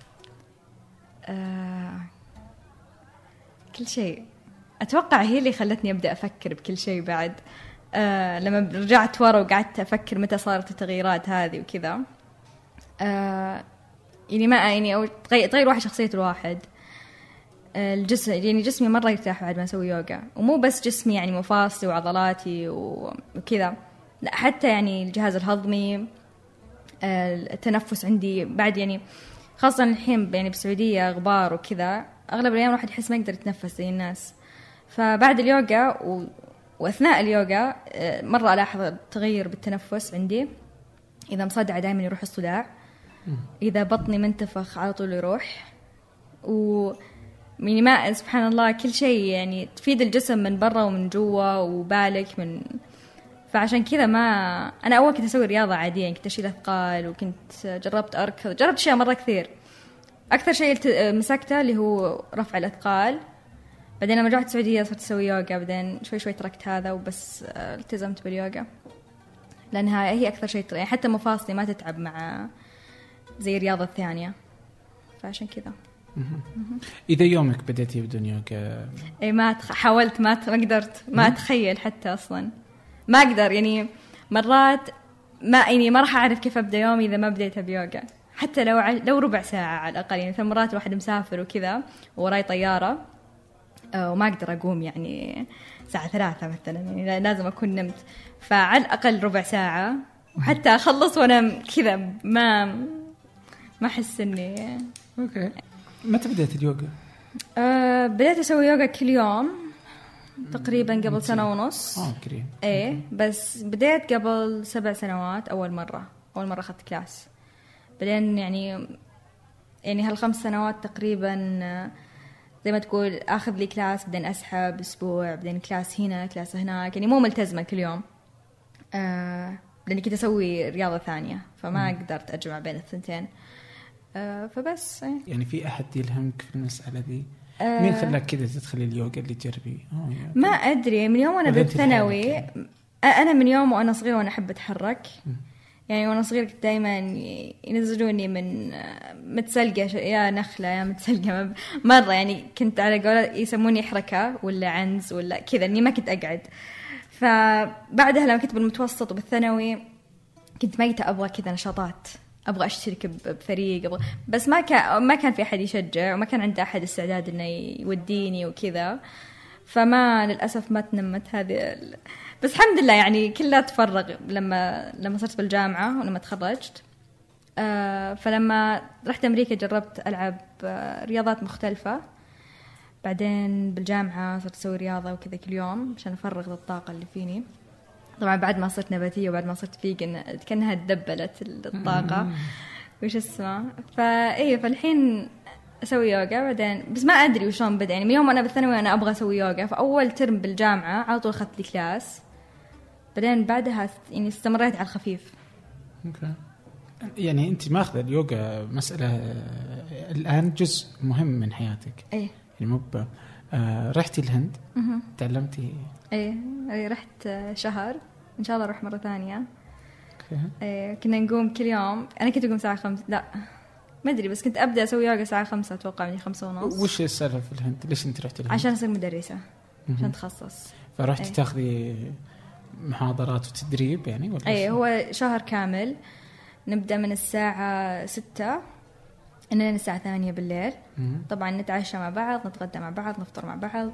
آه كل شيء. أتوقع هي اللي خلتني أبدأ أفكر بكل شيء بعد. آه لما رجعت ورا وقعدت أفكر متى صارت التغييرات هذه وكذا. آه يعني ما يعني أو تغير, تغير واحد شخصية الواحد. آه الجسم يعني جسمي مرة يرتاح بعد ما أسوي يوغا، ومو بس جسمي يعني مفاصلي وعضلاتي وكذا، لا حتى يعني الجهاز الهضمي. آه التنفس عندي بعد يعني خاصة الحين يعني بالسعودية غبار وكذا، أغلب الأيام الواحد يحس ما يقدر يتنفس زي الناس. فبعد اليوغا و... وأثناء اليوغا مرة ألاحظ تغير بالتنفس عندي. إذا مصدعة دائما يروح الصداع، إذا بطني منتفخ على طول يروح. و يعني ما سبحان الله كل شيء يعني تفيد الجسم من برا ومن جوا وبالك من. فعشان كذا ما أنا أول كنت أسوي رياضة عادية، يعني كنت أشيل أثقال وكنت جربت أركض، جربت شيء مرة كثير. أكثر شيء مسكته اللي هو رفع الأثقال. بعدين لما رجعت السعودية صرت أسوي يوغا، بعدين شوي شوي تركت هذا وبس التزمت باليوغا، لأنها هي أكثر شيء يعني حتى مفاصلي ما تتعب مع زي الرياضة الثانية، فعشان كذا. إذا يومك بدأتي بدون يوغا؟ إيه ما تخ... حاولت ما ت... ما قدرت ما أتخيل حتى أصلا ما أقدر يعني مرات ما يعني ما راح أعرف كيف أبدأ يومي إذا ما بديت بيوغا، حتى لو ع... لو ربع ساعة على الأقل. يعني ثم مرات الواحد مسافر وكذا وراي طيارة وما أقدر أقوم يعني ساعة ثلاثة مثلا، يعني لازم أكون نمت، فعلى الأقل ربع ساعة، وحتى أخلص وأنا كذا ما ما أحس إني أوكي. متى بدأت اليوغا؟ أه بدأت أسوي يوغا كل يوم تقريبا قبل سنة ونص. آه كريم. إيه بس بدأت قبل سبع سنوات أول مرة أول مرة أخذت كلاس. بعدين يعني يعني هالخمس سنوات تقريبا زي ما تقول أخذ لي كلاس، بعدين أسحب أسبوع، بعدين كلاس هنا كلاس هناك، يعني مو ملتزمة كل يوم. آه لأني كنت أسوي رياضة ثانية فما م. قدرت أجمع بين الثنتين. آه فبس إيه. يعني في أحد يلهمك في المسألة دي؟ آه مين خلاك كذا تدخلي اليوغا اللي تجربي؟ ما أدري، من يوم أنا بالثانوي يعني. أنا من يوم وأنا صغيرة وأنا أحب أتحرك. م. يعني وأنا صغير كنت دايما ينزلوني من متسلقة يا نخلة يا متسلقة مرة، يعني كنت على قولة يسموني حركة ولا عنز ولا كذا، إني ما كنت أقعد. فبعدها لما كنت بالمتوسط وبالثانوي كنت ميتة أبغى كذا نشاطات، أبغى أشترك بفريق، أبغى بس ما كان ما كان في أحد يشجع وما كان عنده أحد استعداد إنه يوديني وكذا، فما للأسف ما تنمت هذه. بس الحمد لله يعني كلها تفرغ لما لما صرت بالجامعة ولما تخرجت. آه فلما رحت أمريكا جربت ألعب آه رياضات مختلفة. بعدين بالجامعة صرت أسوي رياضة وكذا كل يوم عشان أفرغ الطاقة اللي فيني. طبعا بعد ما صرت نباتية وبعد ما صرت فيجن كأنها تدبلت الطاقة وش اسمه. فإيه فالحين أسوي يوغا. بعدين بس ما أدري وشون بدأ، يعني من يوم أنا بالثانوي أنا أبغى أسوي يوغا، فأول ترم بالجامعة على طول أخذت لي كلاس. بعدين بعدها يعني استمريت على الخفيف. أوكي. يعني أنت ماخذة اليوغا مسألة الآن جزء مهم من حياتك. إيه. يعني مب آه رحتي الهند م- تعلمتي؟ إيه رحت شهر، إن شاء الله أروح مرة ثانية. أوكي. إيه كنا نقوم كل يوم، أنا كنت أقوم ساعة خمس لا ما أدري بس كنت أبدأ أسوي يوغا الساعة خمسة أتوقع من خمسة ونص. وش السالفة في الهند؟ ليش أنت رحتي الهند؟ عشان أصير مدرسة م- عشان تخصص. فرحتي أيه. تاخذي محاضرات وتدريب يعني ولا؟ أي هو شهر كامل، نبدأ من الساعة ستة إننا الساعة ثمانية بالليل. م- طبعا نتعشى مع بعض، نتغدى مع بعض، نفطر مع بعض.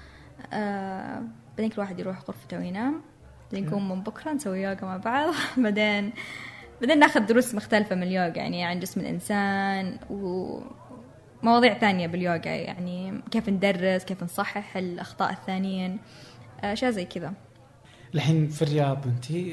آه بعدين كل واحد يروح غرفته وينام. بعدين نقوم من بكرة نسوي يوغا مع بعض. بعدين بعدين ناخذ دروس مختلفة من اليوغا، يعني عن جسم الإنسان ومواضيع ثانية باليوغا، يعني كيف ندرس، كيف نصحح الأخطاء الثانيين، أشياء زي كذا. الحين في الرياض أنتي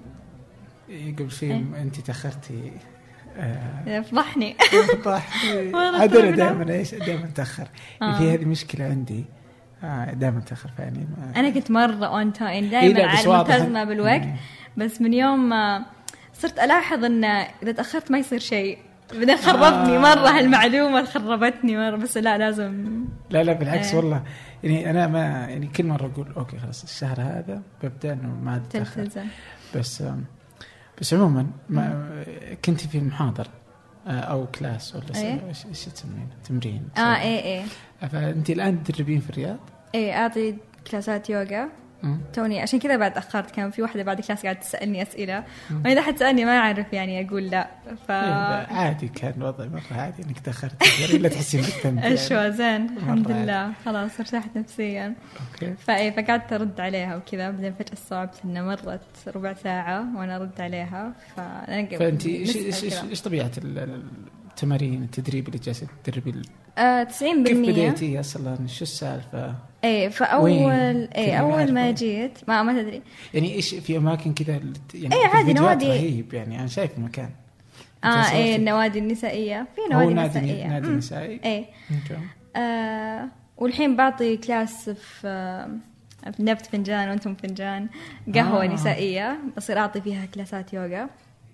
قبل شيء إيه؟ أنتي تأخرتي. آه فضحني فضحني عادنا دائما إيش دائما تأخر. آه. في هذه مشكلة عندي آه دائما تأخر فاني ما... أنا كنت مرة أون تايم دائما على ملتزمة بالوقت. بس من يوم ما صرت ألاحظ إن إذا تأخرت ما يصير شيء، بعدين خربتني مرة هالمعلومة خربتني مرة بس لا لازم لا لا بالعكس ايه. والله يعني أنا ما يعني كل مرة أقول أوكي خلاص الشهر هذا ببدأ إنه ما أتأخر بس بس عموما ما كنت في المحاضرة أو كلاس ولا ايه. إيش إيش تسمينه تمرين اه ايه ايه. فأنت الآن تدربين في الرياض؟ ايه أعطي كلاسات يوغا توني عشان كذا بعد أخرت كان في واحدة بعد كلاس قاعدة تسألني أسئلة وأنا إذا حد سألني ما أعرف يعني أقول لا ف عادي كان الوضع مرة عادي إنك تأخرت إلا تحسين بالذنب أشوى زين الحمد لله خلاص ارتحت نفسيا. أوكي. فأي فقعدت أرد عليها وكذا بعدين فجأة استوعبت إنه مرت ربع ساعة وأنا أرد عليها ف فأنت إيش إيش إيش إيش طبيعة التمارين التدريب اللي جالسة تدربي؟ آه تسعين بالمية. كيف بديتي أصلاً شو السالفة؟ ايه فاول ايه اول ما جيت ما ما تدري يعني ايش في اماكن كذا يعني ايه عادي نوادي رهيب يعني انا شايف المكان اه ايه النوادي النسائيه في نوادي نادي نسائيه نادي نسائي ايه آه والحين بعطي كلاس في آه نبت فنجان وانتم فنجان قهوه آه. نسائيه بصير اعطي فيها كلاسات يوغا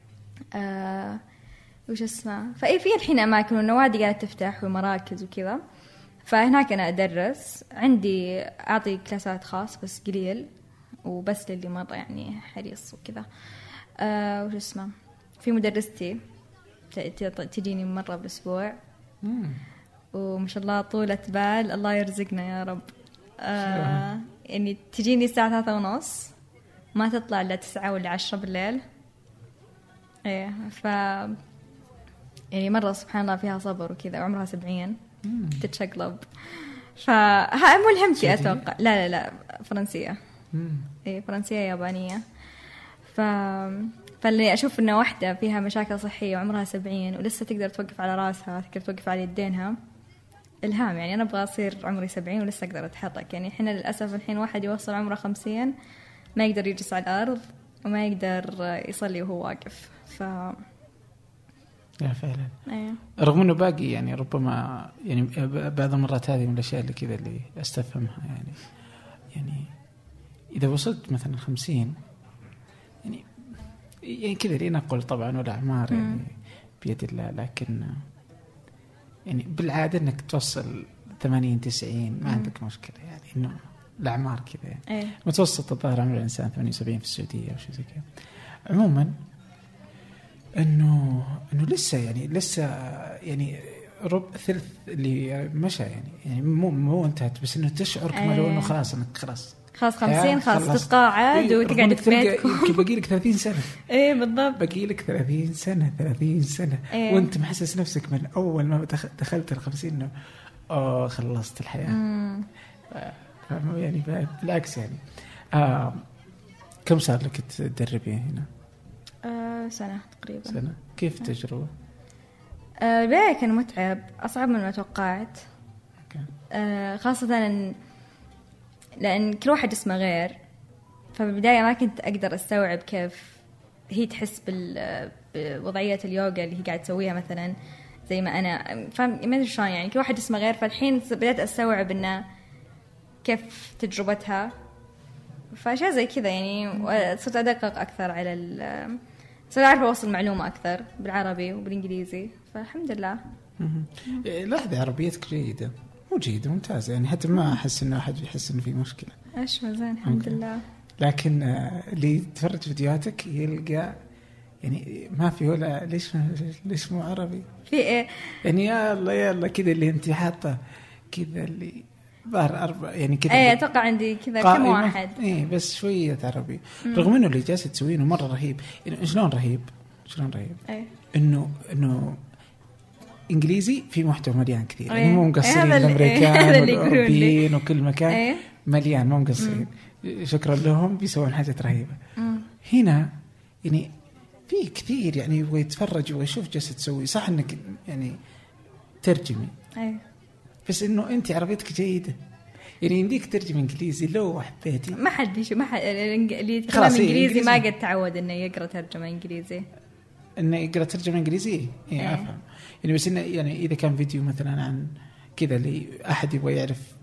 آه وش اسمه فاي في الحين اماكن والنوادي قاعده تفتح ومراكز وكذا فهناك أنا أدرس عندي أعطي كلاسات خاص بس قليل وبس للي مرة يعني حريص وكذا أه وش اسمه في مدرستي تجيني مرة بالأسبوع وما شاء الله طولة بال الله يرزقنا يا رب أه يعني تجيني الساعة ثلاثة ونص ما تطلع إلا تسعة ولا عشرة بالليل إيه ف يعني مرة سبحان الله فيها صبر وكذا وعمرها سبعين تتشقلب فها ملهمتي أتوقع لا لا لا فرنسية إيه فرنسية يابانية ف فاللي أشوف إنه واحدة فيها مشاكل صحية وعمرها سبعين ولسه تقدر توقف على رأسها تقدر توقف على يدينها إلهام يعني أنا أبغى أصير عمري سبعين ولسه أقدر أتحرك يعني إحنا للأسف الحين واحد يوصل عمره خمسين ما يقدر يجلس على الأرض وما يقدر يصلي وهو واقف ف لا فعلا أيه. رغم انه باقي يعني ربما يعني بعض المرات هذه من الاشياء اللي كذا اللي استفهمها يعني يعني اذا وصلت مثلا خمسين يعني يعني كذا لي نقول طبعا والاعمار يعني بيد الله لكن يعني بالعاده انك توصل ثمانين تسعين ما عندك مشكله يعني انه الاعمار كذا يعني أيه. متوسط الظاهر عمر الانسان ثمانية وسبعين في السعوديه او شيء زي كذا عموما انه انه لسه يعني لسه يعني ربع ثلث اللي مشى يعني يعني مو مو انتهت بس انه تشعر كما لو انه خلاص انك خلاص خلاص خمسين خلاص تتقاعد إيه وتقعد في بيتك يمكن باقي لك ثلاثين سنه ايه بالضبط باقي لك ثلاثين سنه ثلاثين سنه إيه. وانت محسس نفسك من اول ما دخلت الخمسين انه اه خلصت الحياه يعني بالعكس يعني آه كم صار لك تدربين هنا؟ آه سنة تقريبا. سنة. كيف التجربة؟ آه البداية كان متعب أصعب من ما توقعت. أوكي. آه خاصة إن لأن كل واحد اسمه غير فبالبداية ما كنت أقدر أستوعب كيف هي تحس بوضعية اليوغا اللي هي قاعد تسويها مثلا زي ما أنا فاهم ما أدري شلون يعني كل واحد اسمه غير فالحين بدأت أستوعب إنه كيف تجربتها فأشياء زي كذا يعني صرت أدقق أكثر على ال صرت أعرف أوصل معلومة أكثر بالعربي وبالإنجليزي فالحمد لله. لحظة عربيتك جيدة مو جيدة ممتازة يعني حتى ما أحس إنه أحد يحس إنه في مشكلة. أشوى زين الحمد لله. لكن اللي يتفرج فيديوهاتك يلقى يعني ما في ولا ليش ليش مو عربي في إيه يعني يا الله يا الله كذا اللي أنت حاطة كذا اللي ظهر أربع يعني كذا ايه اتوقع عندي كذا كم واحد ايه بس شويه عربي مم. رغم انه اللي جالس تسوينه مره رهيب يعني شلون رهيب شلون رهيب ايه انه انه انجليزي في محتوى مليان كثير ايه. يعني مو مقصرين ايه الامريكان والاوروبيين وكل مكان ايه. مليان مو مقصرين شكرا لهم بيسوون حاجات رهيبه. مم. هنا يعني في كثير يعني يبغى يتفرج ويشوف جالس تسوي صح انك يعني ترجمي ايه بس انه انت عربيتك جيده يعني يمديك ترجم انجليزي لو حبيتي ما حد بيشوف ما حد اللي يتكلم انجليزي ما قد تعود انه يقرا ترجمه انجليزي انه يقرا ترجمه انجليزي اي ايه. افهم يعني بس انه يعني اذا كان فيديو مثلا عن كذا اللي احد يبغى يعرف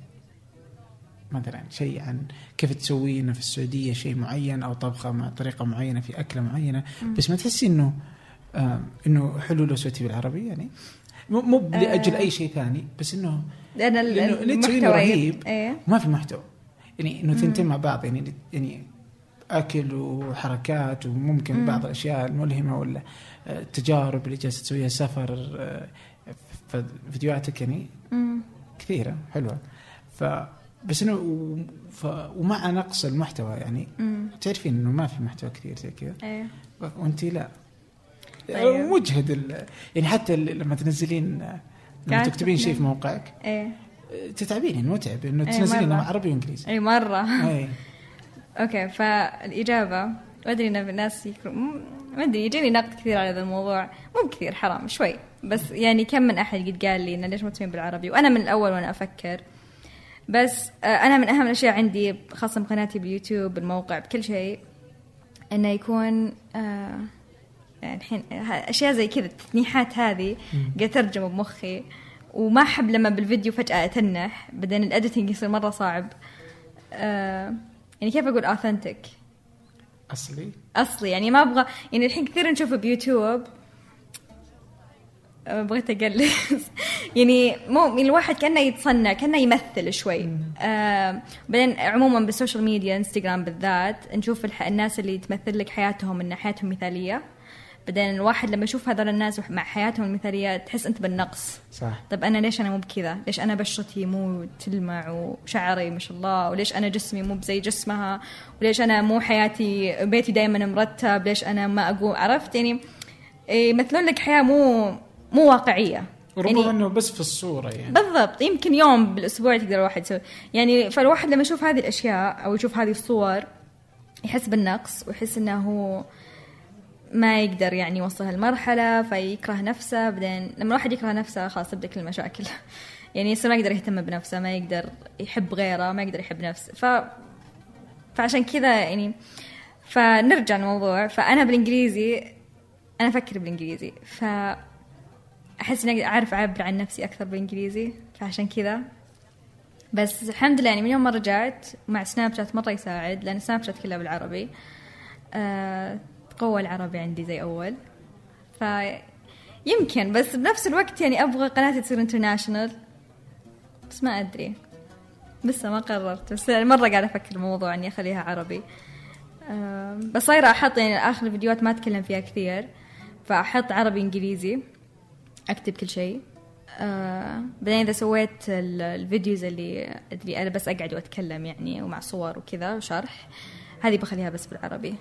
مثلا شيء عن كيف تسوينه في السعوديه شيء معين او طبخه مع طريقه معينه في اكله معينه م. بس ما تحسي انه آه إنه حلو لو سويتي بالعربي يعني مو مو لأجل أي شيء ثاني بس إنه لأن المحتوى رهيب إيه؟ ما في محتوى يعني إنه ثنتين مع بعض يعني يعني أكل وحركات وممكن مم. بعض الأشياء الملهمة ولا التجارب اللي جالسة تسويها سفر فيديوهاتك يعني مم. كثيرة حلوة ف بس إنه ف... ومع نقص المحتوى يعني مم. تعرفين إنه ما في محتوى كثير زي كذا أيه. وأنتي لا أيه. مجهد ال... يعني حتى لما تنزلين لما تكتبين شيء في موقعك أيه. تتعبين إنه متعب إنه أيه تنزلين عربي وإنجليزي أي مرة أيه. أوكي فالإجابة أدري إن الناس يكرم ما أدري يجيني نقد كثير على هذا الموضوع مو كثير حرام شوي بس يعني كم من أحد قد قال لي إنه ليش ما تسوين بالعربي وأنا من الأول وأنا أفكر بس أنا من أهم الأشياء عندي خاصة بقناتي باليوتيوب بالموقع بكل شيء إنه يكون آه يعني الحين أشياء زي كذا التثنيحات هذه قاعد ترجم بمخي وما أحب لما بالفيديو فجأة أتنح بعدين الأديتنج يصير مرة صعب آه يعني كيف أقول authentic أصلي أصلي يعني ما أبغى يعني الحين كثير نشوفه بيوتيوب بغيت أقلص يعني مو الواحد كأنه يتصنع كأنه يمثل شوي آه بعدين عموما بالسوشيال ميديا انستغرام بالذات نشوف الح... الناس اللي تمثل لك حياتهم إن حياتهم مثالية بعدين الواحد لما يشوف هذول الناس مع حياتهم المثالية تحس أنت بالنقص صح. طب أنا ليش أنا مو بكذا ليش أنا بشرتي مو تلمع وشعري ما شاء الله وليش أنا جسمي مو بزي جسمها وليش أنا مو حياتي بيتي دايما مرتب ليش أنا ما أقوم عرفت يعني يمثلون لك حياة مو مو واقعية ربما يعني إنه بس في الصورة يعني بالضبط يمكن يوم بالأسبوع تقدر الواحد يسوي يعني فالواحد لما يشوف هذه الأشياء أو يشوف هذه الصور يحس بالنقص ويحس إنه هو ما يقدر يعني يوصل هالمرحلة فيكره نفسه بعدين لما الواحد يكره نفسه خلاص تبدأ كل المشاكل يعني يصير ما يقدر يهتم بنفسه ما يقدر يحب غيره ما يقدر يحب نفسه ف... فعشان كذا يعني فنرجع الموضوع فأنا بالإنجليزي أنا أفكر بالإنجليزي فأحس إني أعرف أعبر عن نفسي أكثر بالإنجليزي فعشان كذا بس الحمد لله يعني من يوم ما رجعت مع سناب شات مرة يساعد لأن سناب شات كلها بالعربي أه قوة العربي عندي زي أول فيمكن بس بنفس الوقت يعني أبغى قناتي تصير انترناشنال بس ما أدري بس ما قررت بس مرة قاعدة أفكر الموضوع أني أخليها عربي بس صايرة أحط يعني آخر الفيديوهات ما أتكلم فيها كثير فأحط عربي إنجليزي أكتب كل شيء بعدين إذا سويت الفيديوز اللي أدري أنا بس أقعد وأتكلم يعني ومع صور وكذا وشرح هذه بخليها بس بالعربي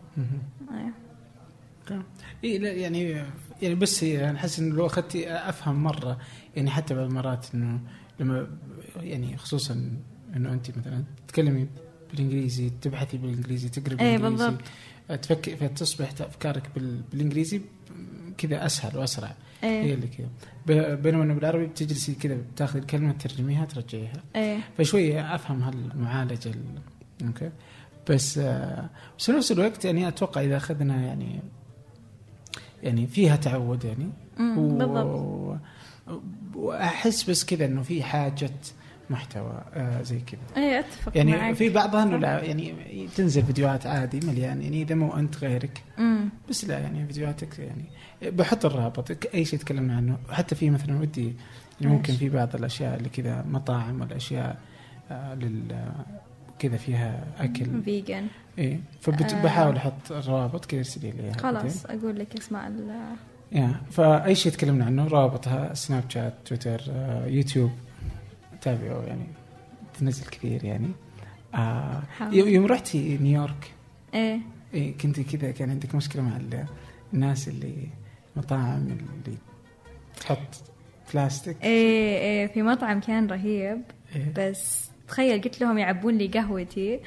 إيه لا يعني يعني بس أنا أحس إنه لو أخذتي أفهم مرة يعني حتى بعض المرات إنه لما يعني خصوصا إنه أنت مثلا تتكلمي بالإنجليزي تبحثي بالإنجليزي تقرأ بالإنجليزي تفكر فتصبح أفكارك بالإنجليزي كذا أسهل وأسرع أيه. هي اللي كذا بينما إنه بالعربي بتجلسي كذا بتاخذ الكلمة ترجميها ترجعيها أيه. فشوية أفهم هالمعالجة أوكي بس بس في نفس الوقت يعني أتوقع إذا أخذنا يعني يعني فيها تعود يعني و... وأحس بس كذا إنه في حاجة محتوى آه زي كذا أي أتفق يعني معك. في بعضها إنه لا يعني تنزل فيديوهات عادي مليان يعني إذا مو أنت غيرك مم. بس لا يعني فيديوهاتك يعني بحط الرابط أي شيء تكلمنا عنه حتى في مثلا ودي يعني ممكن في بعض الأشياء اللي كذا مطاعم والأشياء آه لل كذا فيها أكل فيجن إيه فبحاول أحط الروابط كذا ارسلي لي خلاص أقول لك اسمع ال يا فأي شيء تكلمنا عنه رابطها سناب شات تويتر آه، يوتيوب تابعوا يعني تنزل كثير يعني آه يوم رحتي نيويورك إيه إيه كنتي كذا كان عندك مشكلة مع الناس اللي مطاعم اللي تحط بلاستيك إيه إيه في مطعم كان رهيب إيه؟ بس تخيل قلت لهم يعبون لي قهوتي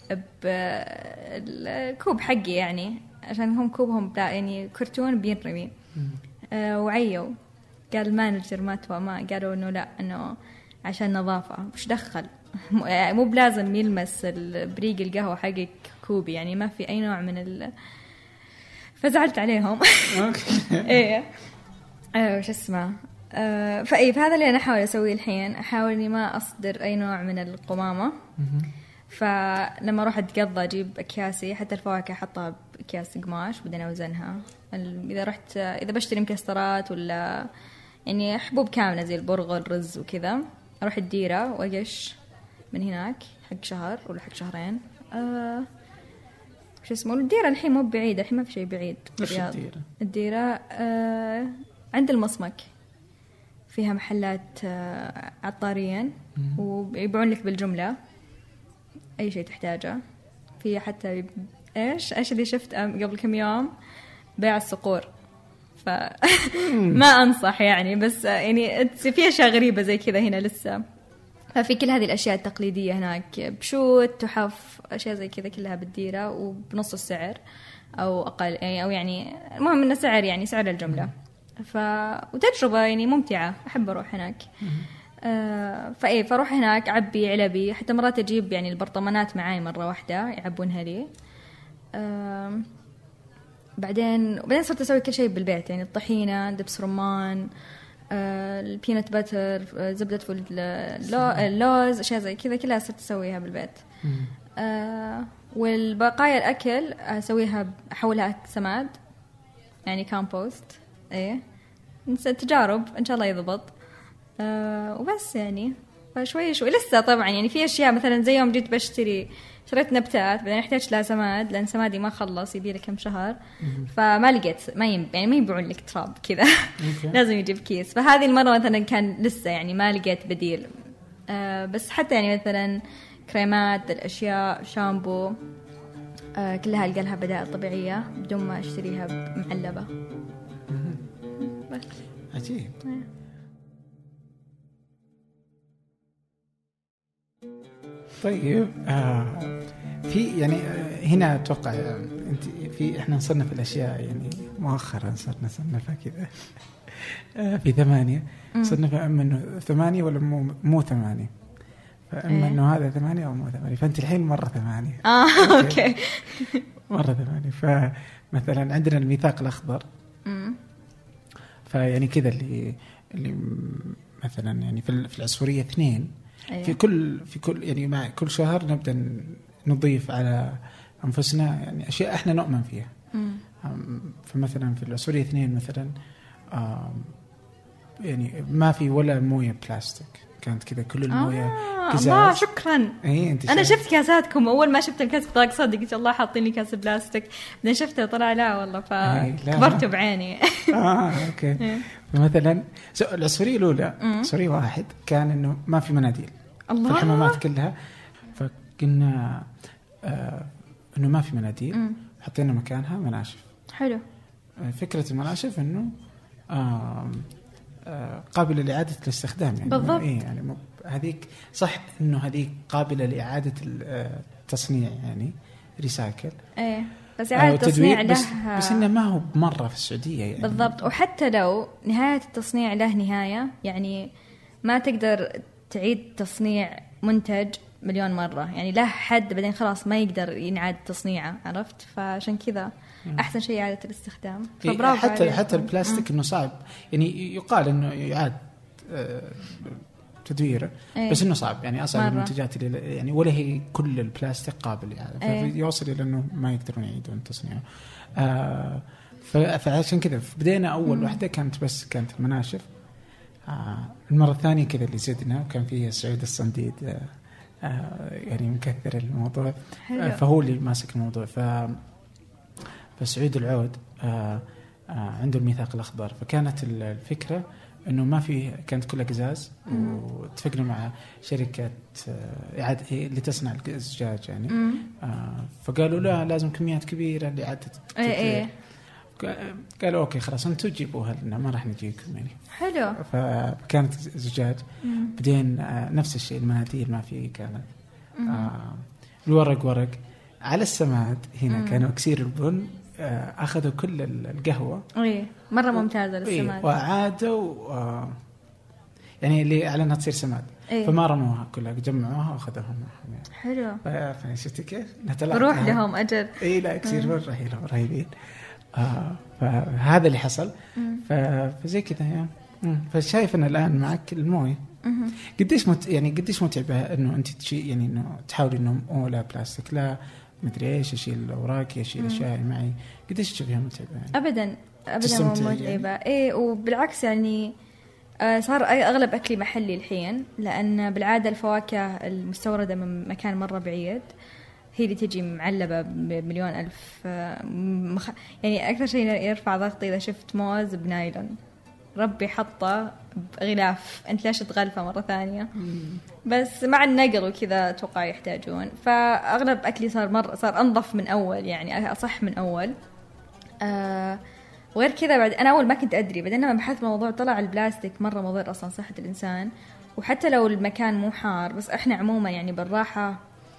بالكوب حقي يعني عشان هم كوبهم يعني كرتون بينرمي آه وعيوا قال المانجر ما توى ما قالوا انه لا انه عشان نظافة وش دخل مو بلازم يلمس البريق القهوة حقك كوبي يعني ما في اي نوع من ال فزعلت عليهم ايه آه وش اسمه آه فأي فهذا اللي أنا أحاول أسويه الحين أحاول إني ما أصدر أي نوع من القمامة فلما أروح أتقضى أجيب أكياسي حتى الفواكه أحطها أكياس قماش بعدين أوزنها. إذا رحت إذا بشتري مكسرات ولا يعني حبوب كاملة زي البرغل الرز وكذا أروح الديرة وأقش من هناك حق شهر ولا حق شهرين. أه شو اسمه الديرة الحين مو بعيدة، الحين ما في شيء بعيد بالرياض. الديرة, الديرة أه عند المصمك فيها محلات أه عطاريين ويبيعون لك بالجملة أي شيء تحتاجه. في حتى إيش إيش اللي شفت قبل كم يوم بيع الصقور، فما أنصح يعني، بس يعني في أشياء غريبة زي كذا هنا لسه. ففي كل هذه الأشياء التقليدية هناك، بشوت تحف أشياء زي كذا كلها بالديرة وبنص السعر أو أقل يعني، أو يعني المهم إنه سعر يعني سعر الجملة. ف وتجربة يعني ممتعة، أحب أروح هناك. آه فإيه فأروح هناك أعبي علبي، حتى مرات أجيب يعني البرطمانات معاي مرة واحدة يعبونها لي. آه بعدين وبعدين صرت أسوي كل شيء بالبيت، يعني الطحينة، دبس رمان، آه البينات باتر، آه زبدة فول اللوز، أشياء زي كذا كلها صرت أسويها بالبيت. آه والبقايا الأكل أسويها أحولها سماد يعني كامبوست. إيه تجارب إن شاء الله يضبط. آه وبس يعني فشوي شوي لسه طبعا يعني في أشياء مثلا زي يوم جيت بشتري شريت نبتات بعدين احتاج لها سماد لأن سمادي ما خلص يبي له كم شهر فما لقيت ما يم... يعني ما يبيعون لك تراب كذا لازم يجيب كيس. فهذه المرة مثلا كان لسه يعني ما لقيت بديل. آه بس حتى يعني مثلا كريمات الأشياء شامبو آه كلها ألقى لها بدائل طبيعية بدون ما أشتريها معلبة. بس عجيب. طيب آه في يعني آه هنا أتوقع آه أنت في إحنا نصنف الأشياء يعني مؤخرا صرنا نصنفها كذا آه في ثمانية صنفها أما إنه ثمانية ولا مو مو ثمانية، فأما إنه هذا ثمانية أو مو ثمانية، فأنت الحين مرة ثمانية. آه أوكي مرة ثمانية. فمثلا عندنا الميثاق الأخضر فيعني كذا اللي اللي مثلا يعني في في العصفورية اثنين. أيوة. في كل في كل يعني مع كل شهر نبدأ نضيف على أنفسنا يعني أشياء إحنا نؤمن فيها. فمثلا في العصفورية اثنين مثلا يعني ما في ولا موية بلاستيك، كانت كذا كل الموية آه كزاز. الله شكرا. إيه أنت أنا شفت كاساتكم أول ما شفت الكاس طاق صدق قلت الله حاطين لي كاس بلاستيك، بعدين شفته طلع لا والله فكبرت بعيني. آه أوكي. مثلا العصفورية الأولى عصفورية واحد كان إنه ما في مناديل في الحمامات كلها، فقلنا آه إنه ما في مناديل حطينا مكانها مناشف. حلو. فكرة المناشف إنه آه آه قابلة لإعادة الاستخدام يعني. بالضبط. إيه يعني هذيك صح إنه هذيك قابلة لإعادة التصنيع يعني ريسايكل. إيه بس إعادة التصنيع له بس, بس إنه ما هو مرة في السعودية يعني. بالضبط. وحتى لو نهاية التصنيع له نهاية يعني ما تقدر تعيد تصنيع منتج مليون مرة يعني له حد بعدين خلاص ما يقدر ينعاد تصنيعه، عرفت؟ فعشان كذا أحسن شيء إعادة الاستخدام. فبرافو حتى عليكم. حتى البلاستيك إنه صعب يعني يقال إنه يعاد تدويره. أيه. بس إنه صعب يعني أصعب المنتجات اللي يعني ولا هي كل البلاستيك قابل يعني. أيه. فيوصل إلى إنه ما يقدرون يعيدون تصنيعه. آه فعشان كذا بدينا أول مم. واحدة كانت بس كانت المناشف. آه المرة الثانية كذا اللي زدنا وكان فيه سعيد الصنديد آه آه يعني مكثر الموضوع. آه فهو اللي ماسك الموضوع. ف فسعيد العود آه آه عنده الميثاق الأخضر، فكانت الفكرة إنه ما في كانت كلها قزاز، واتفقنا مع شركة إعادة اللي تصنع الزجاج يعني. آه فقالوا لا لازم كميات كبيرة لإعادة. إيه قالوا أوكي خلاص أنتوا جيبوها لنا ما راح نجيكم يعني. حلو. فكانت زجاج. بعدين آه نفس الشيء المناديل ما في كانت. آه الورق ورق على السماد هنا. مم. كانوا أكسير البن آه أخذوا كل القهوة. إيه مرة ممتازة للسماد. إيه وعادوا آه يعني اللي على أنها تصير سماد. إيه. فما رموها كلها جمعوها وأخذوها معهم يعني. حلو. فشفت كيف بروح لهم أجل. إيه لا أكسير بن رهيبين رهيبين. آه فهذا اللي حصل. فزي كذا يعني. فشايف أنا الآن معك الموية قديش مت يعني قديش متعبة إنه أنت تشي يعني إنه تحاولي إنه أو لا بلاستيك لا مدري إيش، أشيل الأوراق، أشيل أشياء معي. قديش تشوفيها متعبة يعني؟ أبدا أبدا مو متعبة يعني. إيه وبالعكس يعني صار أغلب أكلي محلي الحين، لأن بالعادة الفواكه المستوردة من مكان مرة بعيد هي اللي تجي معلبة بمليون ألف مخ... يعني أكثر شيء يرفع ضغطي إذا شفت موز بنايلون ربي حطه بغلاف، أنت ليش تغلفه مرة ثانية؟ بس مع النقل وكذا أتوقع يحتاجون. فأغلب أكلي صار مرة صار أنظف من أول، يعني أصح من أول. آه وغير كذا بعد أنا أول ما كنت أدري، بعدين لما بحثت الموضوع طلع البلاستيك مرة مضر أصلا صحة الإنسان. وحتى لو المكان مو حار، بس إحنا عموما يعني بالراحة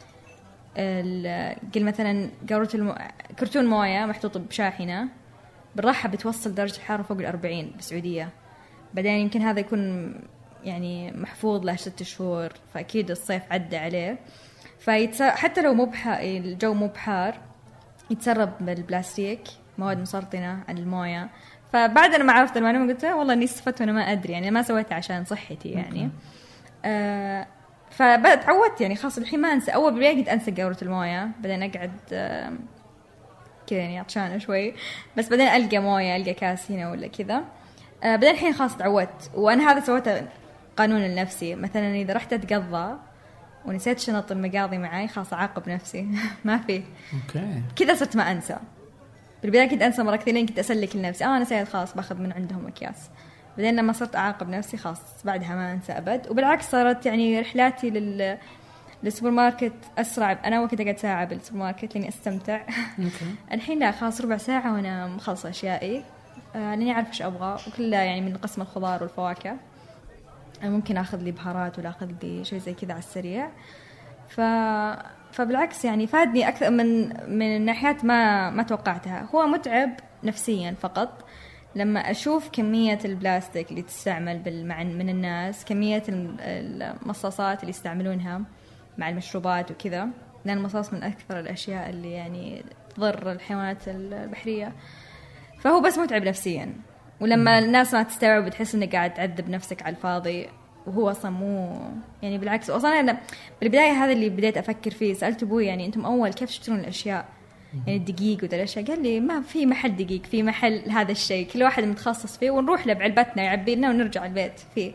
قل مثلا قارورة الم... كرتون موية محطوط بشاحنة بالراحة بتوصل درجة الحرارة فوق الأربعين بالسعودية. بعدين يمكن هذا يكون يعني محفوظ له ست شهور، فأكيد الصيف عدى عليه. فيتس... حتى لو مو بح... الجو مو بحار يتسرب بالبلاستيك مواد مسرطنة عن الموية. فبعد أنا ما عرفت المعلومة قلت والله إني استفدت وأنا ما أدري، يعني ما سويتها عشان صحتي يعني. آه فبدأت تعودت يعني خلاص الحين ما أنسى. أول بالبداية كنت أنسى قارورة الموية، بعدين أقعد آه كذا يعني عطشانة شوي، بس بعدين ألقى موية ألقى كاس هنا ولا كذا. آه بعدين الحين خلاص تعودت. وأنا هذا سويته قانون لنفسي، مثلا إذا رحت أتقضى ونسيت شنط المقاضي معي خلاص أعاقب نفسي ما في أوكي كذا. صرت ما أنسى. بالبداية كنت أنسى مرة كثيرين، كنت أسلك لنفسي آه نسيت خلاص باخذ من عندهم أكياس. بعدين لما صرت أعاقب نفسي خلاص بعدها ما أنسى أبد. وبالعكس صارت يعني رحلاتي لل للسوبر ماركت أسرع. أنا وقت أقعد ساعة بالسوبر ماركت لأني أستمتع. الحين لا خلاص ربع ساعة وأنا مخلصة أشيائي آه لأني أعرف إيش أبغى، وكلها يعني من قسم الخضار والفواكه. أنا ممكن أخذ لي بهارات ولا أخذ لي شيء زي كذا على السريع. ف فبالعكس يعني فادني أكثر من من ناحيات ما ما توقعتها. هو متعب نفسيا فقط لما أشوف كمية البلاستيك اللي تستعمل بالمعن من الناس، كمية المصاصات اللي يستعملونها مع المشروبات وكذا، لأن المصاص من أكثر الأشياء اللي يعني تضر الحيوانات البحرية. فهو بس متعب نفسيا. ولما الناس ما تستوعب بتحس إنك قاعد تعذب نفسك على الفاضي، وهو أصلا مو يعني بالعكس. أصلا أنا بالبداية هذا اللي بديت أفكر فيه. سألت أبوي يعني أنتم أول كيف تشترون الأشياء يعني الدقيق وده الأشياء؟ قال لي ما في محل دقيق، في محل هذا الشيء كل واحد متخصص فيه ونروح له بعلبتنا يعبي لنا ونرجع البيت فيه.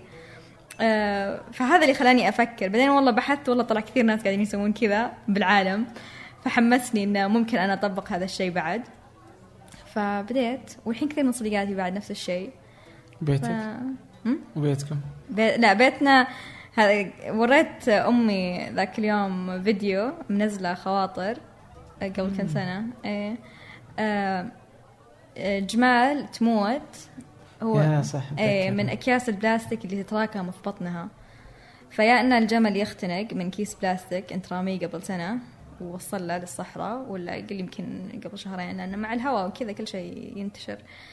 آه فهذا اللي خلاني أفكر. بعدين والله بحثت والله طلع كثير ناس قاعدين يسوون كذا بالعالم، فحمسني إنه ممكن أنا أطبق هذا الشيء بعد. فبديت والحين كثير من صديقاتي بعد نفس الشيء. بيتك ف... وبيتكم؟ بي... لا بيتنا هذا وريت أمي ذاك اليوم فيديو منزلة خواطر قبل كم سنة. إيه آه جمال تموت هو إيه من أكياس البلاستيك اللي تتراكم في بطنها. فيا أن الجمل يختنق من كيس بلاستيك أنت راميه قبل سنة ووصل له للصحراء، ولا يقل يمكن قبل شهرين، لأن مع الهواء وكذا كل شيء ينتشر.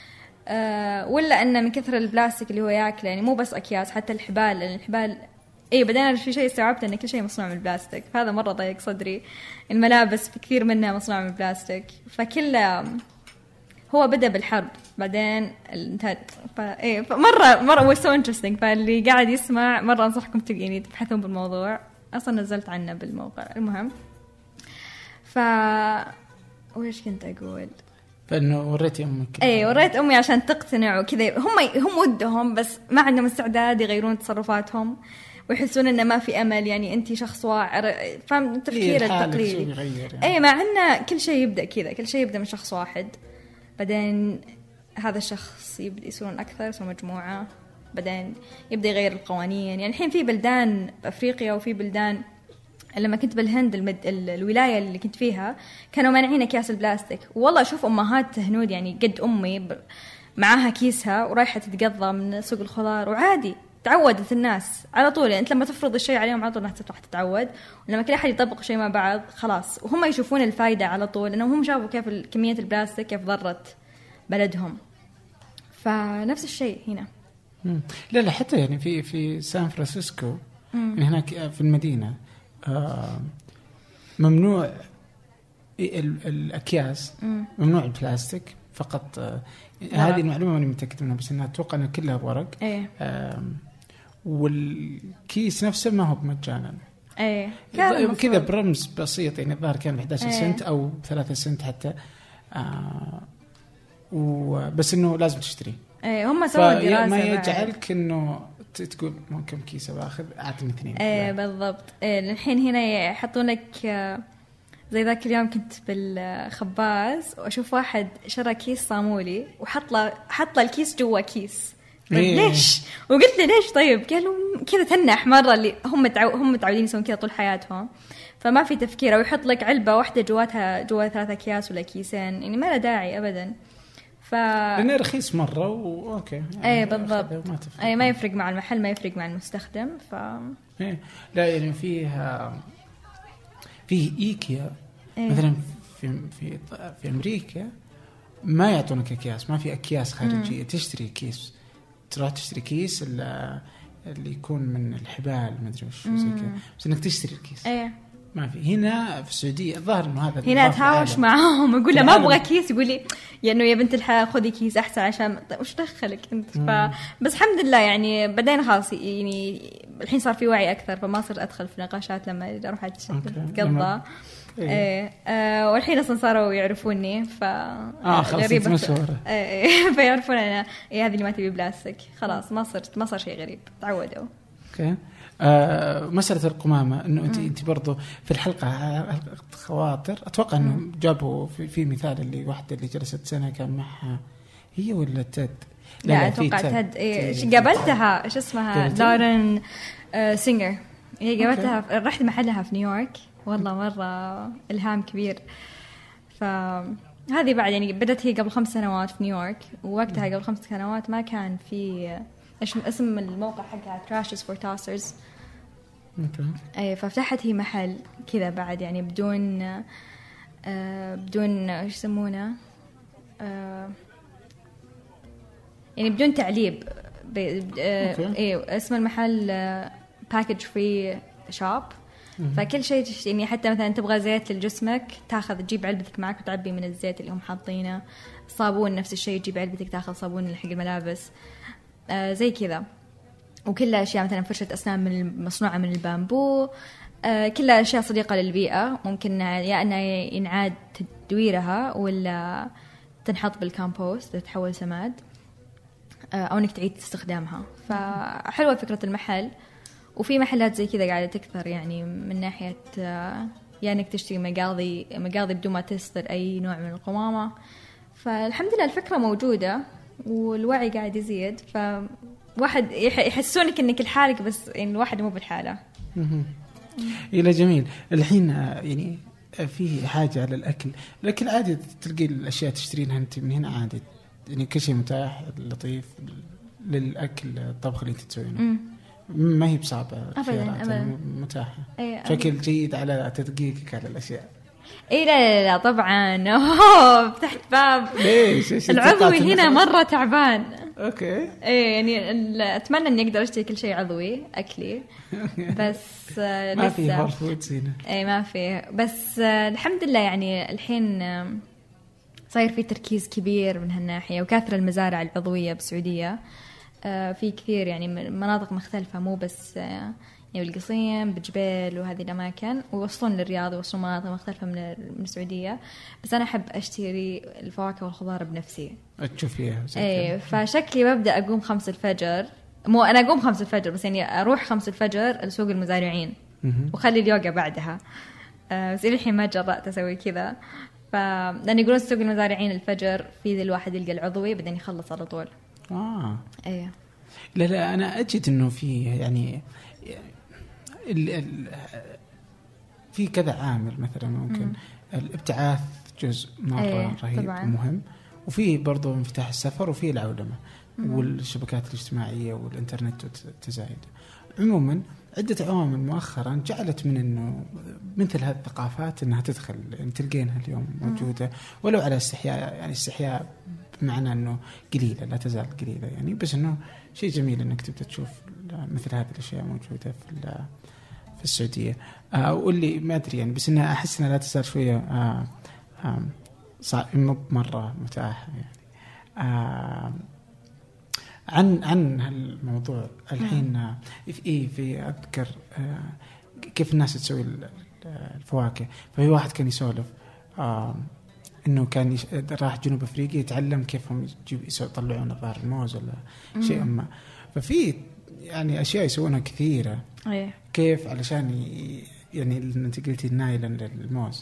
آه ولا أن من كثر البلاستيك اللي هو يأكله، يعني مو بس أكياس حتى الحبال، لأن الحبال إيه بعدين في شيء استوعبت إن كل شيء مصنوع من البلاستيك، فهذا مرة ضيق صدري. الملابس في كثير منها مصنوع من البلاستيك، فكله هو بدأ بالحرب بعدين الانتاج. فإيه مرة مرة so interesting. فاللي قاعد يسمع مرة أنصحكم يعني تبحثون بالموضوع، أصلا نزلت عنه بالموقع. المهم ف وإيش كنت أقول؟ فإنه وريت أمك. إيه وريت أمي عشان تقتنع وكذا. هم هم ودهم بس ما عندهم استعداد يغيرون تصرفاتهم ويحسون إنه ما في أمل. يعني أنت شخص واعر، فاهم التفكير التقليدي. يعني. أي مع إنه كل شيء يبدأ كذا، كل شيء يبدأ من شخص واحد، بعدين هذا الشخص يبدأ يصيرون أكثر، يصيرون مجموعة، بعدين يبدأ يغير القوانين. يعني الحين في بلدان بأفريقيا وفي بلدان، لما كنت بالهند المد... الولاية اللي كنت فيها كانوا مانعين أكياس البلاستيك. والله أشوف أمهات هنود يعني قد أمي ب... معاها كيسها ورايحة تتقضى من سوق الخضار وعادي تعودت الناس على طول. يعني أنت لما تفرض الشيء عليهم على طول الناس راح تتعود، ولما كل أحد يطبق شيء مع بعض خلاص وهم يشوفون الفايدة على طول، لأنهم هم شافوا كيف كمية البلاستيك كيف ضرت بلدهم. فنفس الشيء هنا. مم. لا لا حتى يعني في في سان فرانسيسكو يعني هناك في المدينة آه ممنوع الأكياس، مم. ممنوع البلاستيك فقط. آه هذه المعلومة ماني متأكد منها، بس إنها أتوقع إنها كلها ورق. إيه. آه والكيس نفسه ما هو بمجانا. ايه كذا برمز بسيط يعني الظاهر كان إحدى عشر سنت أو ثلاثة سنت حتى آه وبس إنه لازم تشتري. ايه هم سووا دراسة ما يجعلك إنه تقول كم كيسة باخذ أعطني اثنين. ايه بالضبط. إيه الحين هنا يحطونك زي ذاك اليوم كنت بالخباز وأشوف واحد شرى كيس صامولي وحط له حط له الكيس جوا كيس. إيه. ليش؟ وقلت له ليش طيب؟ قالوا كذا تنح مرة اللي هم متعو... هم متعودين يسوون كذا طول حياتهم فما في تفكير أو يحط لك علبة واحدة جواتها جوا ثلاثة أكياس ولا كيسين يعني ما له داعي أبدا. ف لأنه رخيص مرة وأوكي يعني أي بالضبط ما أي ما يفرق مع المحل ما يفرق مع المستخدم ف إيه. لا يعني فيها فيه إيكيا إيه. مثلا في في في أمريكا ما يعطونك أكياس ما في أكياس خارجية. مم. تشتري كيس تروح تشتري كيس اللي يكون من الحبال ما أدري وش زي كذا بس إنك تشتري الكيس. إيه. ما في. هنا في السعودية الظاهر إنه هذا هنا أتهاوش معاهم أقول له ما أبغى كيس يقول لي يعني يا بنت الحلال خذي كيس أحسن عشان طيب وش دخلك أنت. ف... بس الحمد لله يعني بدينا خلاص يعني الحين صار في وعي أكثر فما صرت أدخل في نقاشات لما أروح أتقضى. إيه آه والحين أصلا صاروا يعرفوني ف آه غريبة مشهورة. إيه فيعرفون أنا إيه هذه اللي ما تبي بلاستيك خلاص ما صرت ما صار شيء غريب تعودوا. أوكي. آه مسألة القمامة إنه أنت أنت برضو في الحلقة خواطر أتوقع إنه جابوا في, في مثال اللي واحدة اللي جلست سنة كان معها هي ولا تد. لا, لا أتوقع تد إيه قابلتها إيش اسمها لورين آه سينجر هي قابلتها رحت محلها في نيويورك والله مرة إلهام كبير. فهذه بعد يعني بدت هي قبل خمس سنوات في نيويورك ووقتها قبل خمس سنوات ما كان في إيش اسم الموقع حقها Trashes for Tossers. أي ففتحت هي محل كذا بعد يعني بدون آه بدون إيش يسمونه آه يعني بدون تعليب آه إيه اسم المحل آه Package Free Shop. فكل شيء يعني حتى مثلا تبغى زيت لجسمك تاخذ تجيب علبتك معك وتعبي من الزيت اللي هم حاطينه. صابون نفس الشيء تجيب علبتك تاخذ صابون حق الملابس آه زي كذا. وكلها أشياء مثلا فرشة أسنان من مصنوعة من البامبو آه كلها أشياء صديقة للبيئة ممكن يا أنها ينعاد تدويرها ولا تنحط بالكامبوست تتحول سماد آه أو إنك تعيد استخدامها. فحلوة فكرة المحل وفي محلات زي كذا قاعدة تكثر يعني من ناحية آه يعني إنك تشتري مقاضي مقاضي بدون ما تصدر أي نوع من القمامة. فالحمد لله الفكرة موجودة والوعي قاعد يزيد فواحد يحسونك إنك الحالك بس إن الواحد مو بالحالة. إلى جميل. الحين يعني في حاجة على الأكل الأكل عادي تلقي الأشياء تشترينها أنت من هنا عادي يعني كل شيء متاح لطيف للأكل الطبخ اللي تسوينه ما هي بصعبة أبداً متاحة بشكل جيد على تدقيقك على الأشياء. اي لا لا لا طبعا اوه فتحت باب ليش العضوي هنا مره تعبان. اوكي اي يعني اتمنى اني اقدر اشتري كل شيء عضوي اكلي بس ما في هول فودز هنا. اي ما في بس الحمد لله يعني الحين صاير في تركيز كبير من هالناحيه وكثر المزارع العضويه بالسعوديه في كثير يعني مناطق مختلفه مو بس يعني بالقصيم بجبال وهذه الأماكن ويوصلون للرياض ويوصلون مناطق مختلفة من من السعودية. بس أنا أحب أشتري الفواكه والخضار بنفسي تشوفيها. إيه فشكلي ببدأ أقوم خمس الفجر مو أنا أقوم خمس الفجر بس يعني أروح خمس الفجر لسوق المزارعين وخلي اليوغا بعدها أه بس الحين ما جرأت أسوي كذا فلأن يقولون سوق المزارعين الفجر في ذي الواحد يلقى العضوي بعدين يخلص على طول. آه إيه لا لا أنا أجد إنه فيه يعني ال ال في كذا عامل مثلا ممكن مم. الابتعاث جزء مرة أيه رهيب طبعاً. ومهم وفي برضو انفتاح السفر وفي العولمة والشبكات الاجتماعية والإنترنت والتزايد. عموما عدة عوامل مؤخرا جعلت من إنه مثل هذه الثقافات إنها تدخل يعني تلقينها اليوم موجودة ولو على استحياء يعني استحياء بمعنى إنه قليلة لا تزال قليلة يعني بس إنه شيء جميل إنك تبدأ تشوف مثل هذه الأشياء موجودة في في السعودية. أقول لي ما أدري يعني بس إنها أحس إنها لا تزال شوية آه آه صعب مو مرة متاحة يعني. آه عن عن هالموضوع الحين آه في إيه في أذكر آه كيف الناس تسوي الفواكه. ففي واحد كان يسولف آه انه كان يش... راح جنوب افريقيا يتعلم كيف هم يجيب يطلعون الظاهر الموز ولا شيء ما. ففي يعني اشياء يسوونها كثيره. أيه. كيف علشان ي... يعني انت قلتي النايلون للموز،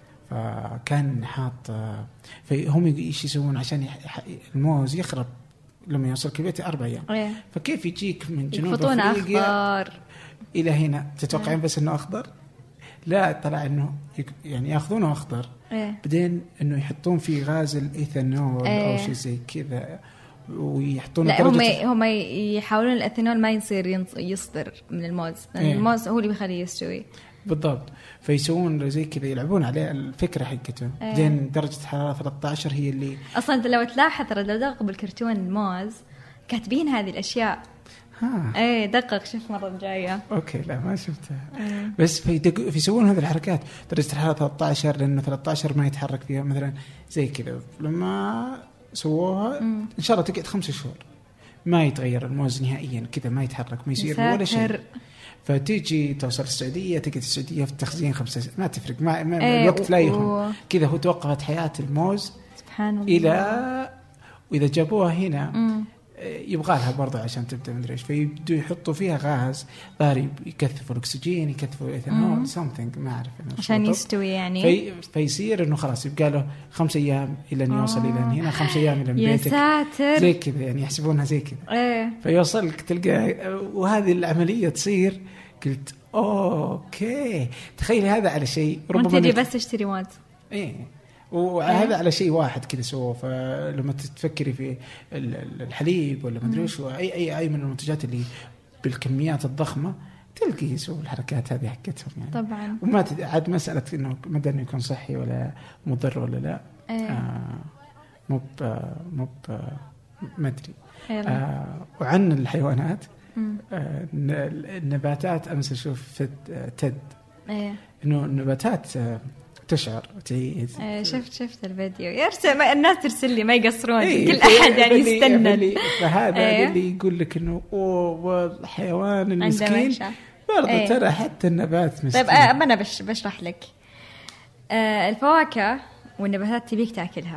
فكان حاط فهم ايش يسوون عشان يح... الموز يخرب لما يوصل البيت أربع أيام. أيه. فكيف يجيك من جنوب أفريقيا أخضر إلى هنا تتوقعين بس إنه أخضر؟ لا، طلع إنه يعني يأخذونه أخضر. أيه. بعدين إنه يحطون فيه غاز الإيثانول. أيه. أو شيء زي كذا ويحطون. لا هم هم يحاولون الإيثانول ما يصير يصدر من الموز. أيه. الموز هو اللي بيخليه يستوي. بالضبط. فيسوون زي كذا يلعبون عليه الفكرة حقته. أيه. بعدين درجة حرارة ثلاثة عشر هي اللي أصلاً لو تلاحظ ترى لو دقق بالكرتون الموز كاتبين هذه الأشياء. ها. ايه دقق شوف مرة الجاية. اوكي لا ما شفتها. أيه. بس في يسوون هذه الحركات درجة الحرارة ثلاثة عشر لأنه ثلاثة عشر ما يتحرك فيها مثلا زي كذا. لما سووها مم. إن شاء الله تقعد خمسة شهور ما يتغير الموز نهائيا كذا، ما يتحرك ما يصير ولا شيء. فتيجي توصل السعودية تقعد السعودية في التخزين خمسة ما تفرق ما, ما أيه. الوقت لا يهم كذا. هو توقفت حياة الموز سبحان الله. إلى وإذا جابوها هنا مم. يبغى لها برضه عشان تبدأ مدري إيش، فيبدوا يحطوا فيها غاز ضاري يكثفوا الأكسجين يكثفوا الإيثانول something ما أعرف عشان يستوي يعني. في فيصير إنه خلاص يبقى له خمس أيام إلى أن يوصل إلى هنا، خمس أيام إلى بيتك. يا ساتر. زي كذا يعني يحسبونها زي كذا. إيه. فيوصلك تلقى وهذه العملية تصير. قلت أوكي تخيلي هذا على شيء ربما تجي بس تشتري موز. إيه. وهذا على شيء واحد كذا سووه. فلما تفكري في الحليب ولا ما ادري ايش اي اي اي من المنتجات اللي بالكميات الضخمه تلقي يسووا الحركات هذه حقتهم يعني. طبعا. وما عاد مساله انه مدى انه يكون صحي ولا مضر ولا لا. ايه. آه مو مو ما ادري. آه وعن الحيوانات آه النباتات امس اشوف في تد ايه انه النباتات آه تشعر تعيد. ايه شفت شفت الفيديو يرسل الناس ترسل لي ما يقصرون. ايه كل احد يعني يستنى. فهذا ايه اللي يقول لك انه اوه الحيوان المسكين برضه. ايه. ترى حتى النبات مسكين. طيب انا بش بشرح لك. آه الفواكه والنباتات تبيك تاكلها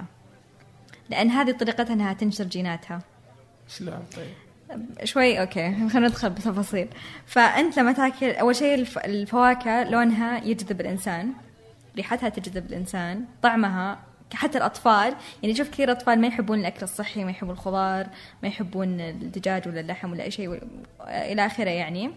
لان هذه طريقتها انها تنشر جيناتها. شلون؟ طيب شوي اوكي خلينا ندخل بتفاصيل. فانت لما تاكل اول شيء الفواكه لونها يجذب الانسان، ريحتها تجذب الإنسان، طعمها حتى الأطفال يعني شوف كثير أطفال ما يحبون الأكل الصحي، ما يحبون الخضار، ما يحبون الدجاج ولا اللحم ولا أي شيء إلى آخره يعني.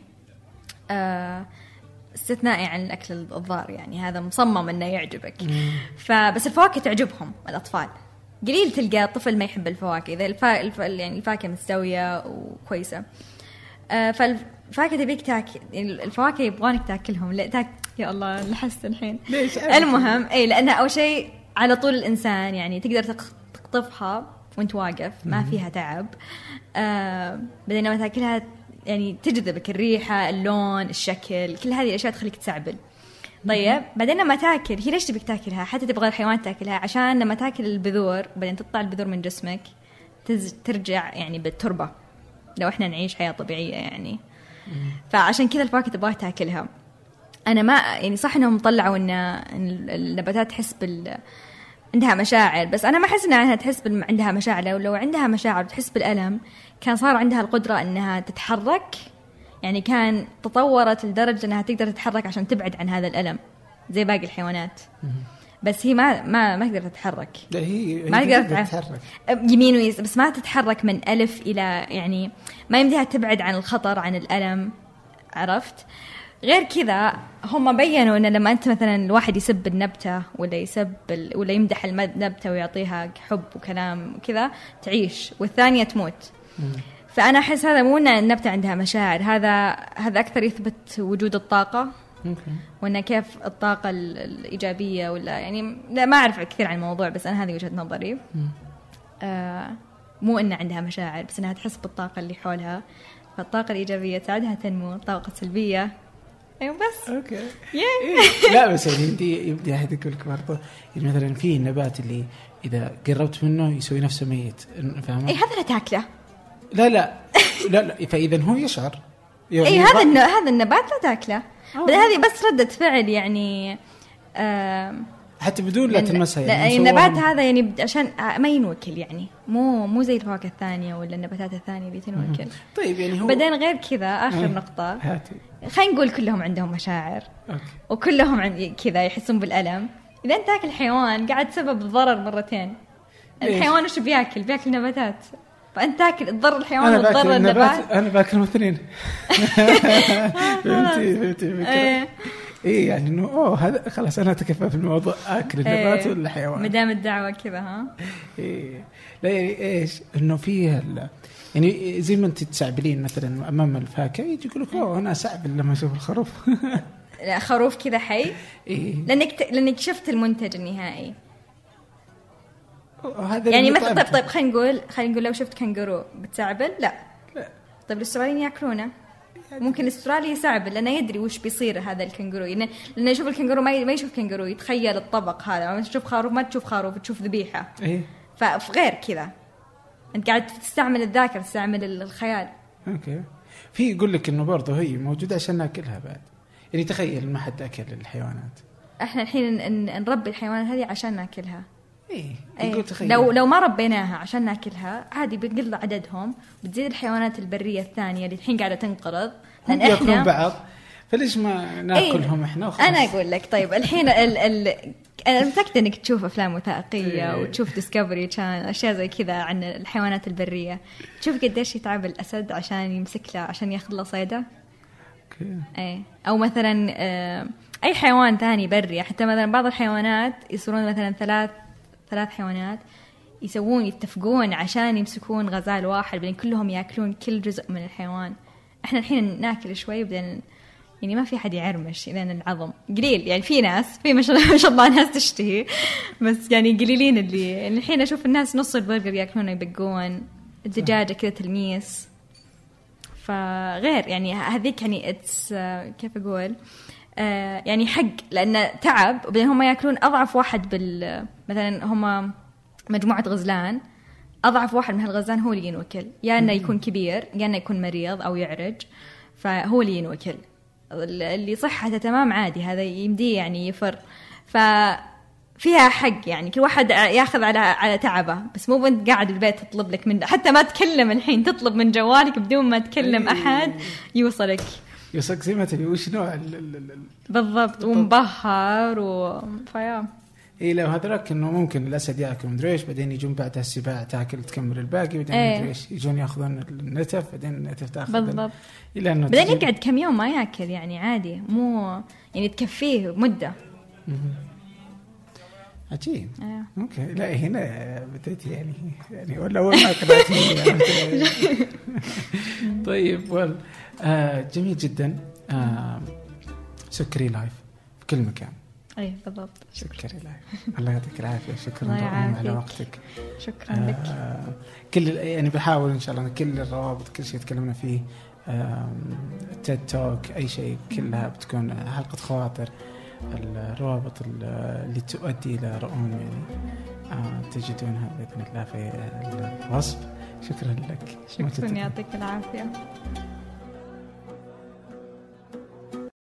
آه استثنائي عن الأكل الضار يعني هذا مصمم إنه يعجبك. فبس الفواكه تعجبهم الأطفال. قليل تلقى طفل ما يحب الفواكه إذا الفا... الف... يعني الفاكهة مستوية وكويسة. آه فالفاكهة تبيك تاكل يعني الفواكه يبغونك تاكلهم لا تاك يا الله لحست الحين. المهم اي لانها اول شيء على طول الانسان يعني تقدر تقطفها وانت واقف ما فيها تعب. آه بعدين لما تاكلها يعني تجذبك الريحه اللون الشكل كل هذه الاشياء تخليك تسعبل. طيب بعدين لما تاكل هي ليش تبيك تاكلها حتى تبغى الحيوانات تاكلها عشان لما تاكل البذور وبعدين تطلع البذور من جسمك تز... ترجع يعني بالتربه لو احنا نعيش حياه طبيعيه يعني. فعشان كذا الفواكه تبغى تاكلها. أنا ما يعني صح إنهم طلعوا إن النباتات تحس بال عندها مشاعر بس أنا ما أحس إنها تحس بال عندها مشاعر. لو لو عندها مشاعر وتحس بالألم كان صار عندها القدرة إنها تتحرك يعني كان تطورت لدرجة إنها تقدر تتحرك عشان تبعد عن هذا الألم زي باقي الحيوانات. بس هي ما ما ما تقدر تتحرك. لا هي ما تقدر تتحرك يمين ويسار بس ما تتحرك من ألف إلى يعني ما يمديها تبعد عن الخطر عن الألم. عرفت؟ غير كذا هم بيّنوا إن لما أنت مثلا الواحد يسب النبتة ولا يسب ولا يمدح النبتة ويعطيها حب وكلام وكذا تعيش والثانية تموت. فأنا أحس هذا مو إن النبتة عندها مشاعر هذا هذا أكثر يثبت وجود الطاقة وإن كيف الطاقة الإيجابية ولا يعني لا ما أعرف كثير عن الموضوع بس أنا هذه وجهة نظري. آه مو إن عندها مشاعر بس إنها تحس بالطاقة اللي حولها فالطاقة الإيجابية تساعدها تنمو الطاقة السلبية ايوه بس اوكي إيه. لا بس يعني يمدي يمدي احد يقول لك برضه يعني مثلا في النبات اللي اذا قربت منه يسوي نفسه ميت فاهمه؟ اي هذا لا تاكله. لا لا لا لا فاذا هو يشعر يعني اي هذا النوع هذا النبات لا تاكله، بل هذه بس ردة فعل يعني آه حتى بدون لا تلمسها يعني النبات هذا يعني عشان ما ينوكل يعني مو مو زي الفواكه الثانية ولا النباتات الثانية اللي تنوكل. طيب يعني هو بعدين غير كذا آخر أيه. نقطة هاتي. خلينا نقول كلهم عندهم مشاعر أوكي. وكلهم عند كذا يحسون بالألم. إذا أنت تاكل حيوان قاعد سبب ضرر مرتين. الحيوان وش بياكل؟ بياكل نباتات، فأنت تاكل تضر الحيوان وتضر النبات. أنا باكل مثلين. فهمتي فهمتي فكرة. إيه يعني إنه أوه هذا خلاص أنا أتكفى في الموضوع أكل النبات ولا الحيوان. مدام الدعوة كذا ها. إيه لا يعني إيش إنه فيه يعني زي ما أنت تسعبلين مثلا أمام الفاكهة يجي يقول لك أوه أنا أسعبل لما أشوف الخروف. لا خروف كذا حي. إيه. لأنك ت... لأنك شفت المنتج النهائي. هذا يعني مثلا طيب طيب خلينا نقول خلينا نقول لو شفت كنغورو بتسعبل لا. لا. طيب الاستراليين ياكلونه. ممكن الاسترالي يسعبل لأنه يدري وش بيصير هذا الكنغورو، لأنه لأنه يشوف الكنغورو ما ما يشوف كنغورو، يتخيل الطبق هذا، ما تشوف خروف ما تشوف خروف تشوف ذبيحة. إيه. فغير كذا أنت قاعد تستعمل الذاكرة تستعمل الخيال. أوكي. في يقول لك إنه برضه هي موجودة عشان ناكلها بعد، يعني تخيل ما حد أكل الحيوانات. إحنا الحين نربي الحيوانات هذه عشان ناكلها. إيه. إيه. لو لو ما ربيناها عشان ناكلها عادي بنقل عددهم، بتزيد الحيوانات البرية الثانية اللي الحين قاعدة تنقرض لأن إحنا بعض، فليش ما ناكلهم إيه؟ إحنا وخلاص. أنا أقول لك طيب الحين ال ال أنا متأكدة إنك تشوف أفلام وثائقية إيه؟ وتشوف ديسكفري كان أشياء زي كذا عن الحيوانات البرية، تشوف قديش يتعب الأسد عشان يمسك له عشان ياخذ له صيده. إيه. أو مثلا أي حيوان ثاني بري، حتى مثلا بعض الحيوانات يصيرون مثلا ثلاث ثلاث حيوانات يسوون يتفقون عشان يمسكون غزال واحد، بعدين كلهم يأكلون كل جزء من الحيوان. احنا الحين ناكل شوي بعدين يعني ما في حد يعرمش لأن العظم قليل، يعني في ناس في ما شاء الله ناس تشتهي بس يعني قليلين اللي يعني الحين أشوف الناس نص البرجر يأكلونه يبقون، الدجاجة كذا تلميس. فغير يعني هذيك يعني اتس كيف أقول آه يعني حق لأن تعب، وبعدين هم يأكلون أضعف واحد بال مثلا هم مجموعة غزلان، أضعف واحد من هالغزلان هو اللي ينوكل، يا أنه يكون كبير يا أنه يكون مريض أو يعرج، فهو اللي ينوكل. اللي صحته تمام عادي هذا يمديه يعني يفر. ففيها حق يعني كل واحد ياخذ على على تعبه، بس مو بنت قاعد بالبيت تطلب لك من حتى ما تكلم الحين تطلب من جوالك بدون ما تكلم أحد يوصلك يوصلك زي ما تبي. وش نوع ال ال ال بالضبط ومبهر و فيا إيه. لو هذاك إنه ممكن الأسد يأكل مدري إيش بعدين يجون بعدها السباع تأكل تكمل الباقي بعدين ايه. مدري إيش يجون يأخذون النتف بعدين النتف تأخذ بالضبط إلى إنه بعدين يقعد كم يوم ما يأكل يعني عادي مو يعني تكفيه مدة. عجيب. ايه. أوكي لا هنا بديت يعني يعني ولا أول ما قرأت يعني. طيب وال آه جميل جدا. آه سكري لايف في كل مكان. اي بالضبط. شكرا لك. الله يعطيك العافيه. شكرا على وقتك. شكرا لك. آه كل يعني بحاول ان شاء الله كل الروابط كل شيء تكلمنا فيه تيد توك اي شيء كلها بتكون حلقه خواطر الروابط اللي تؤدي الى رؤون يعني آه تجدونها باذن الله في الوصف. شكرا لك. شكرا يعطيك العافيه.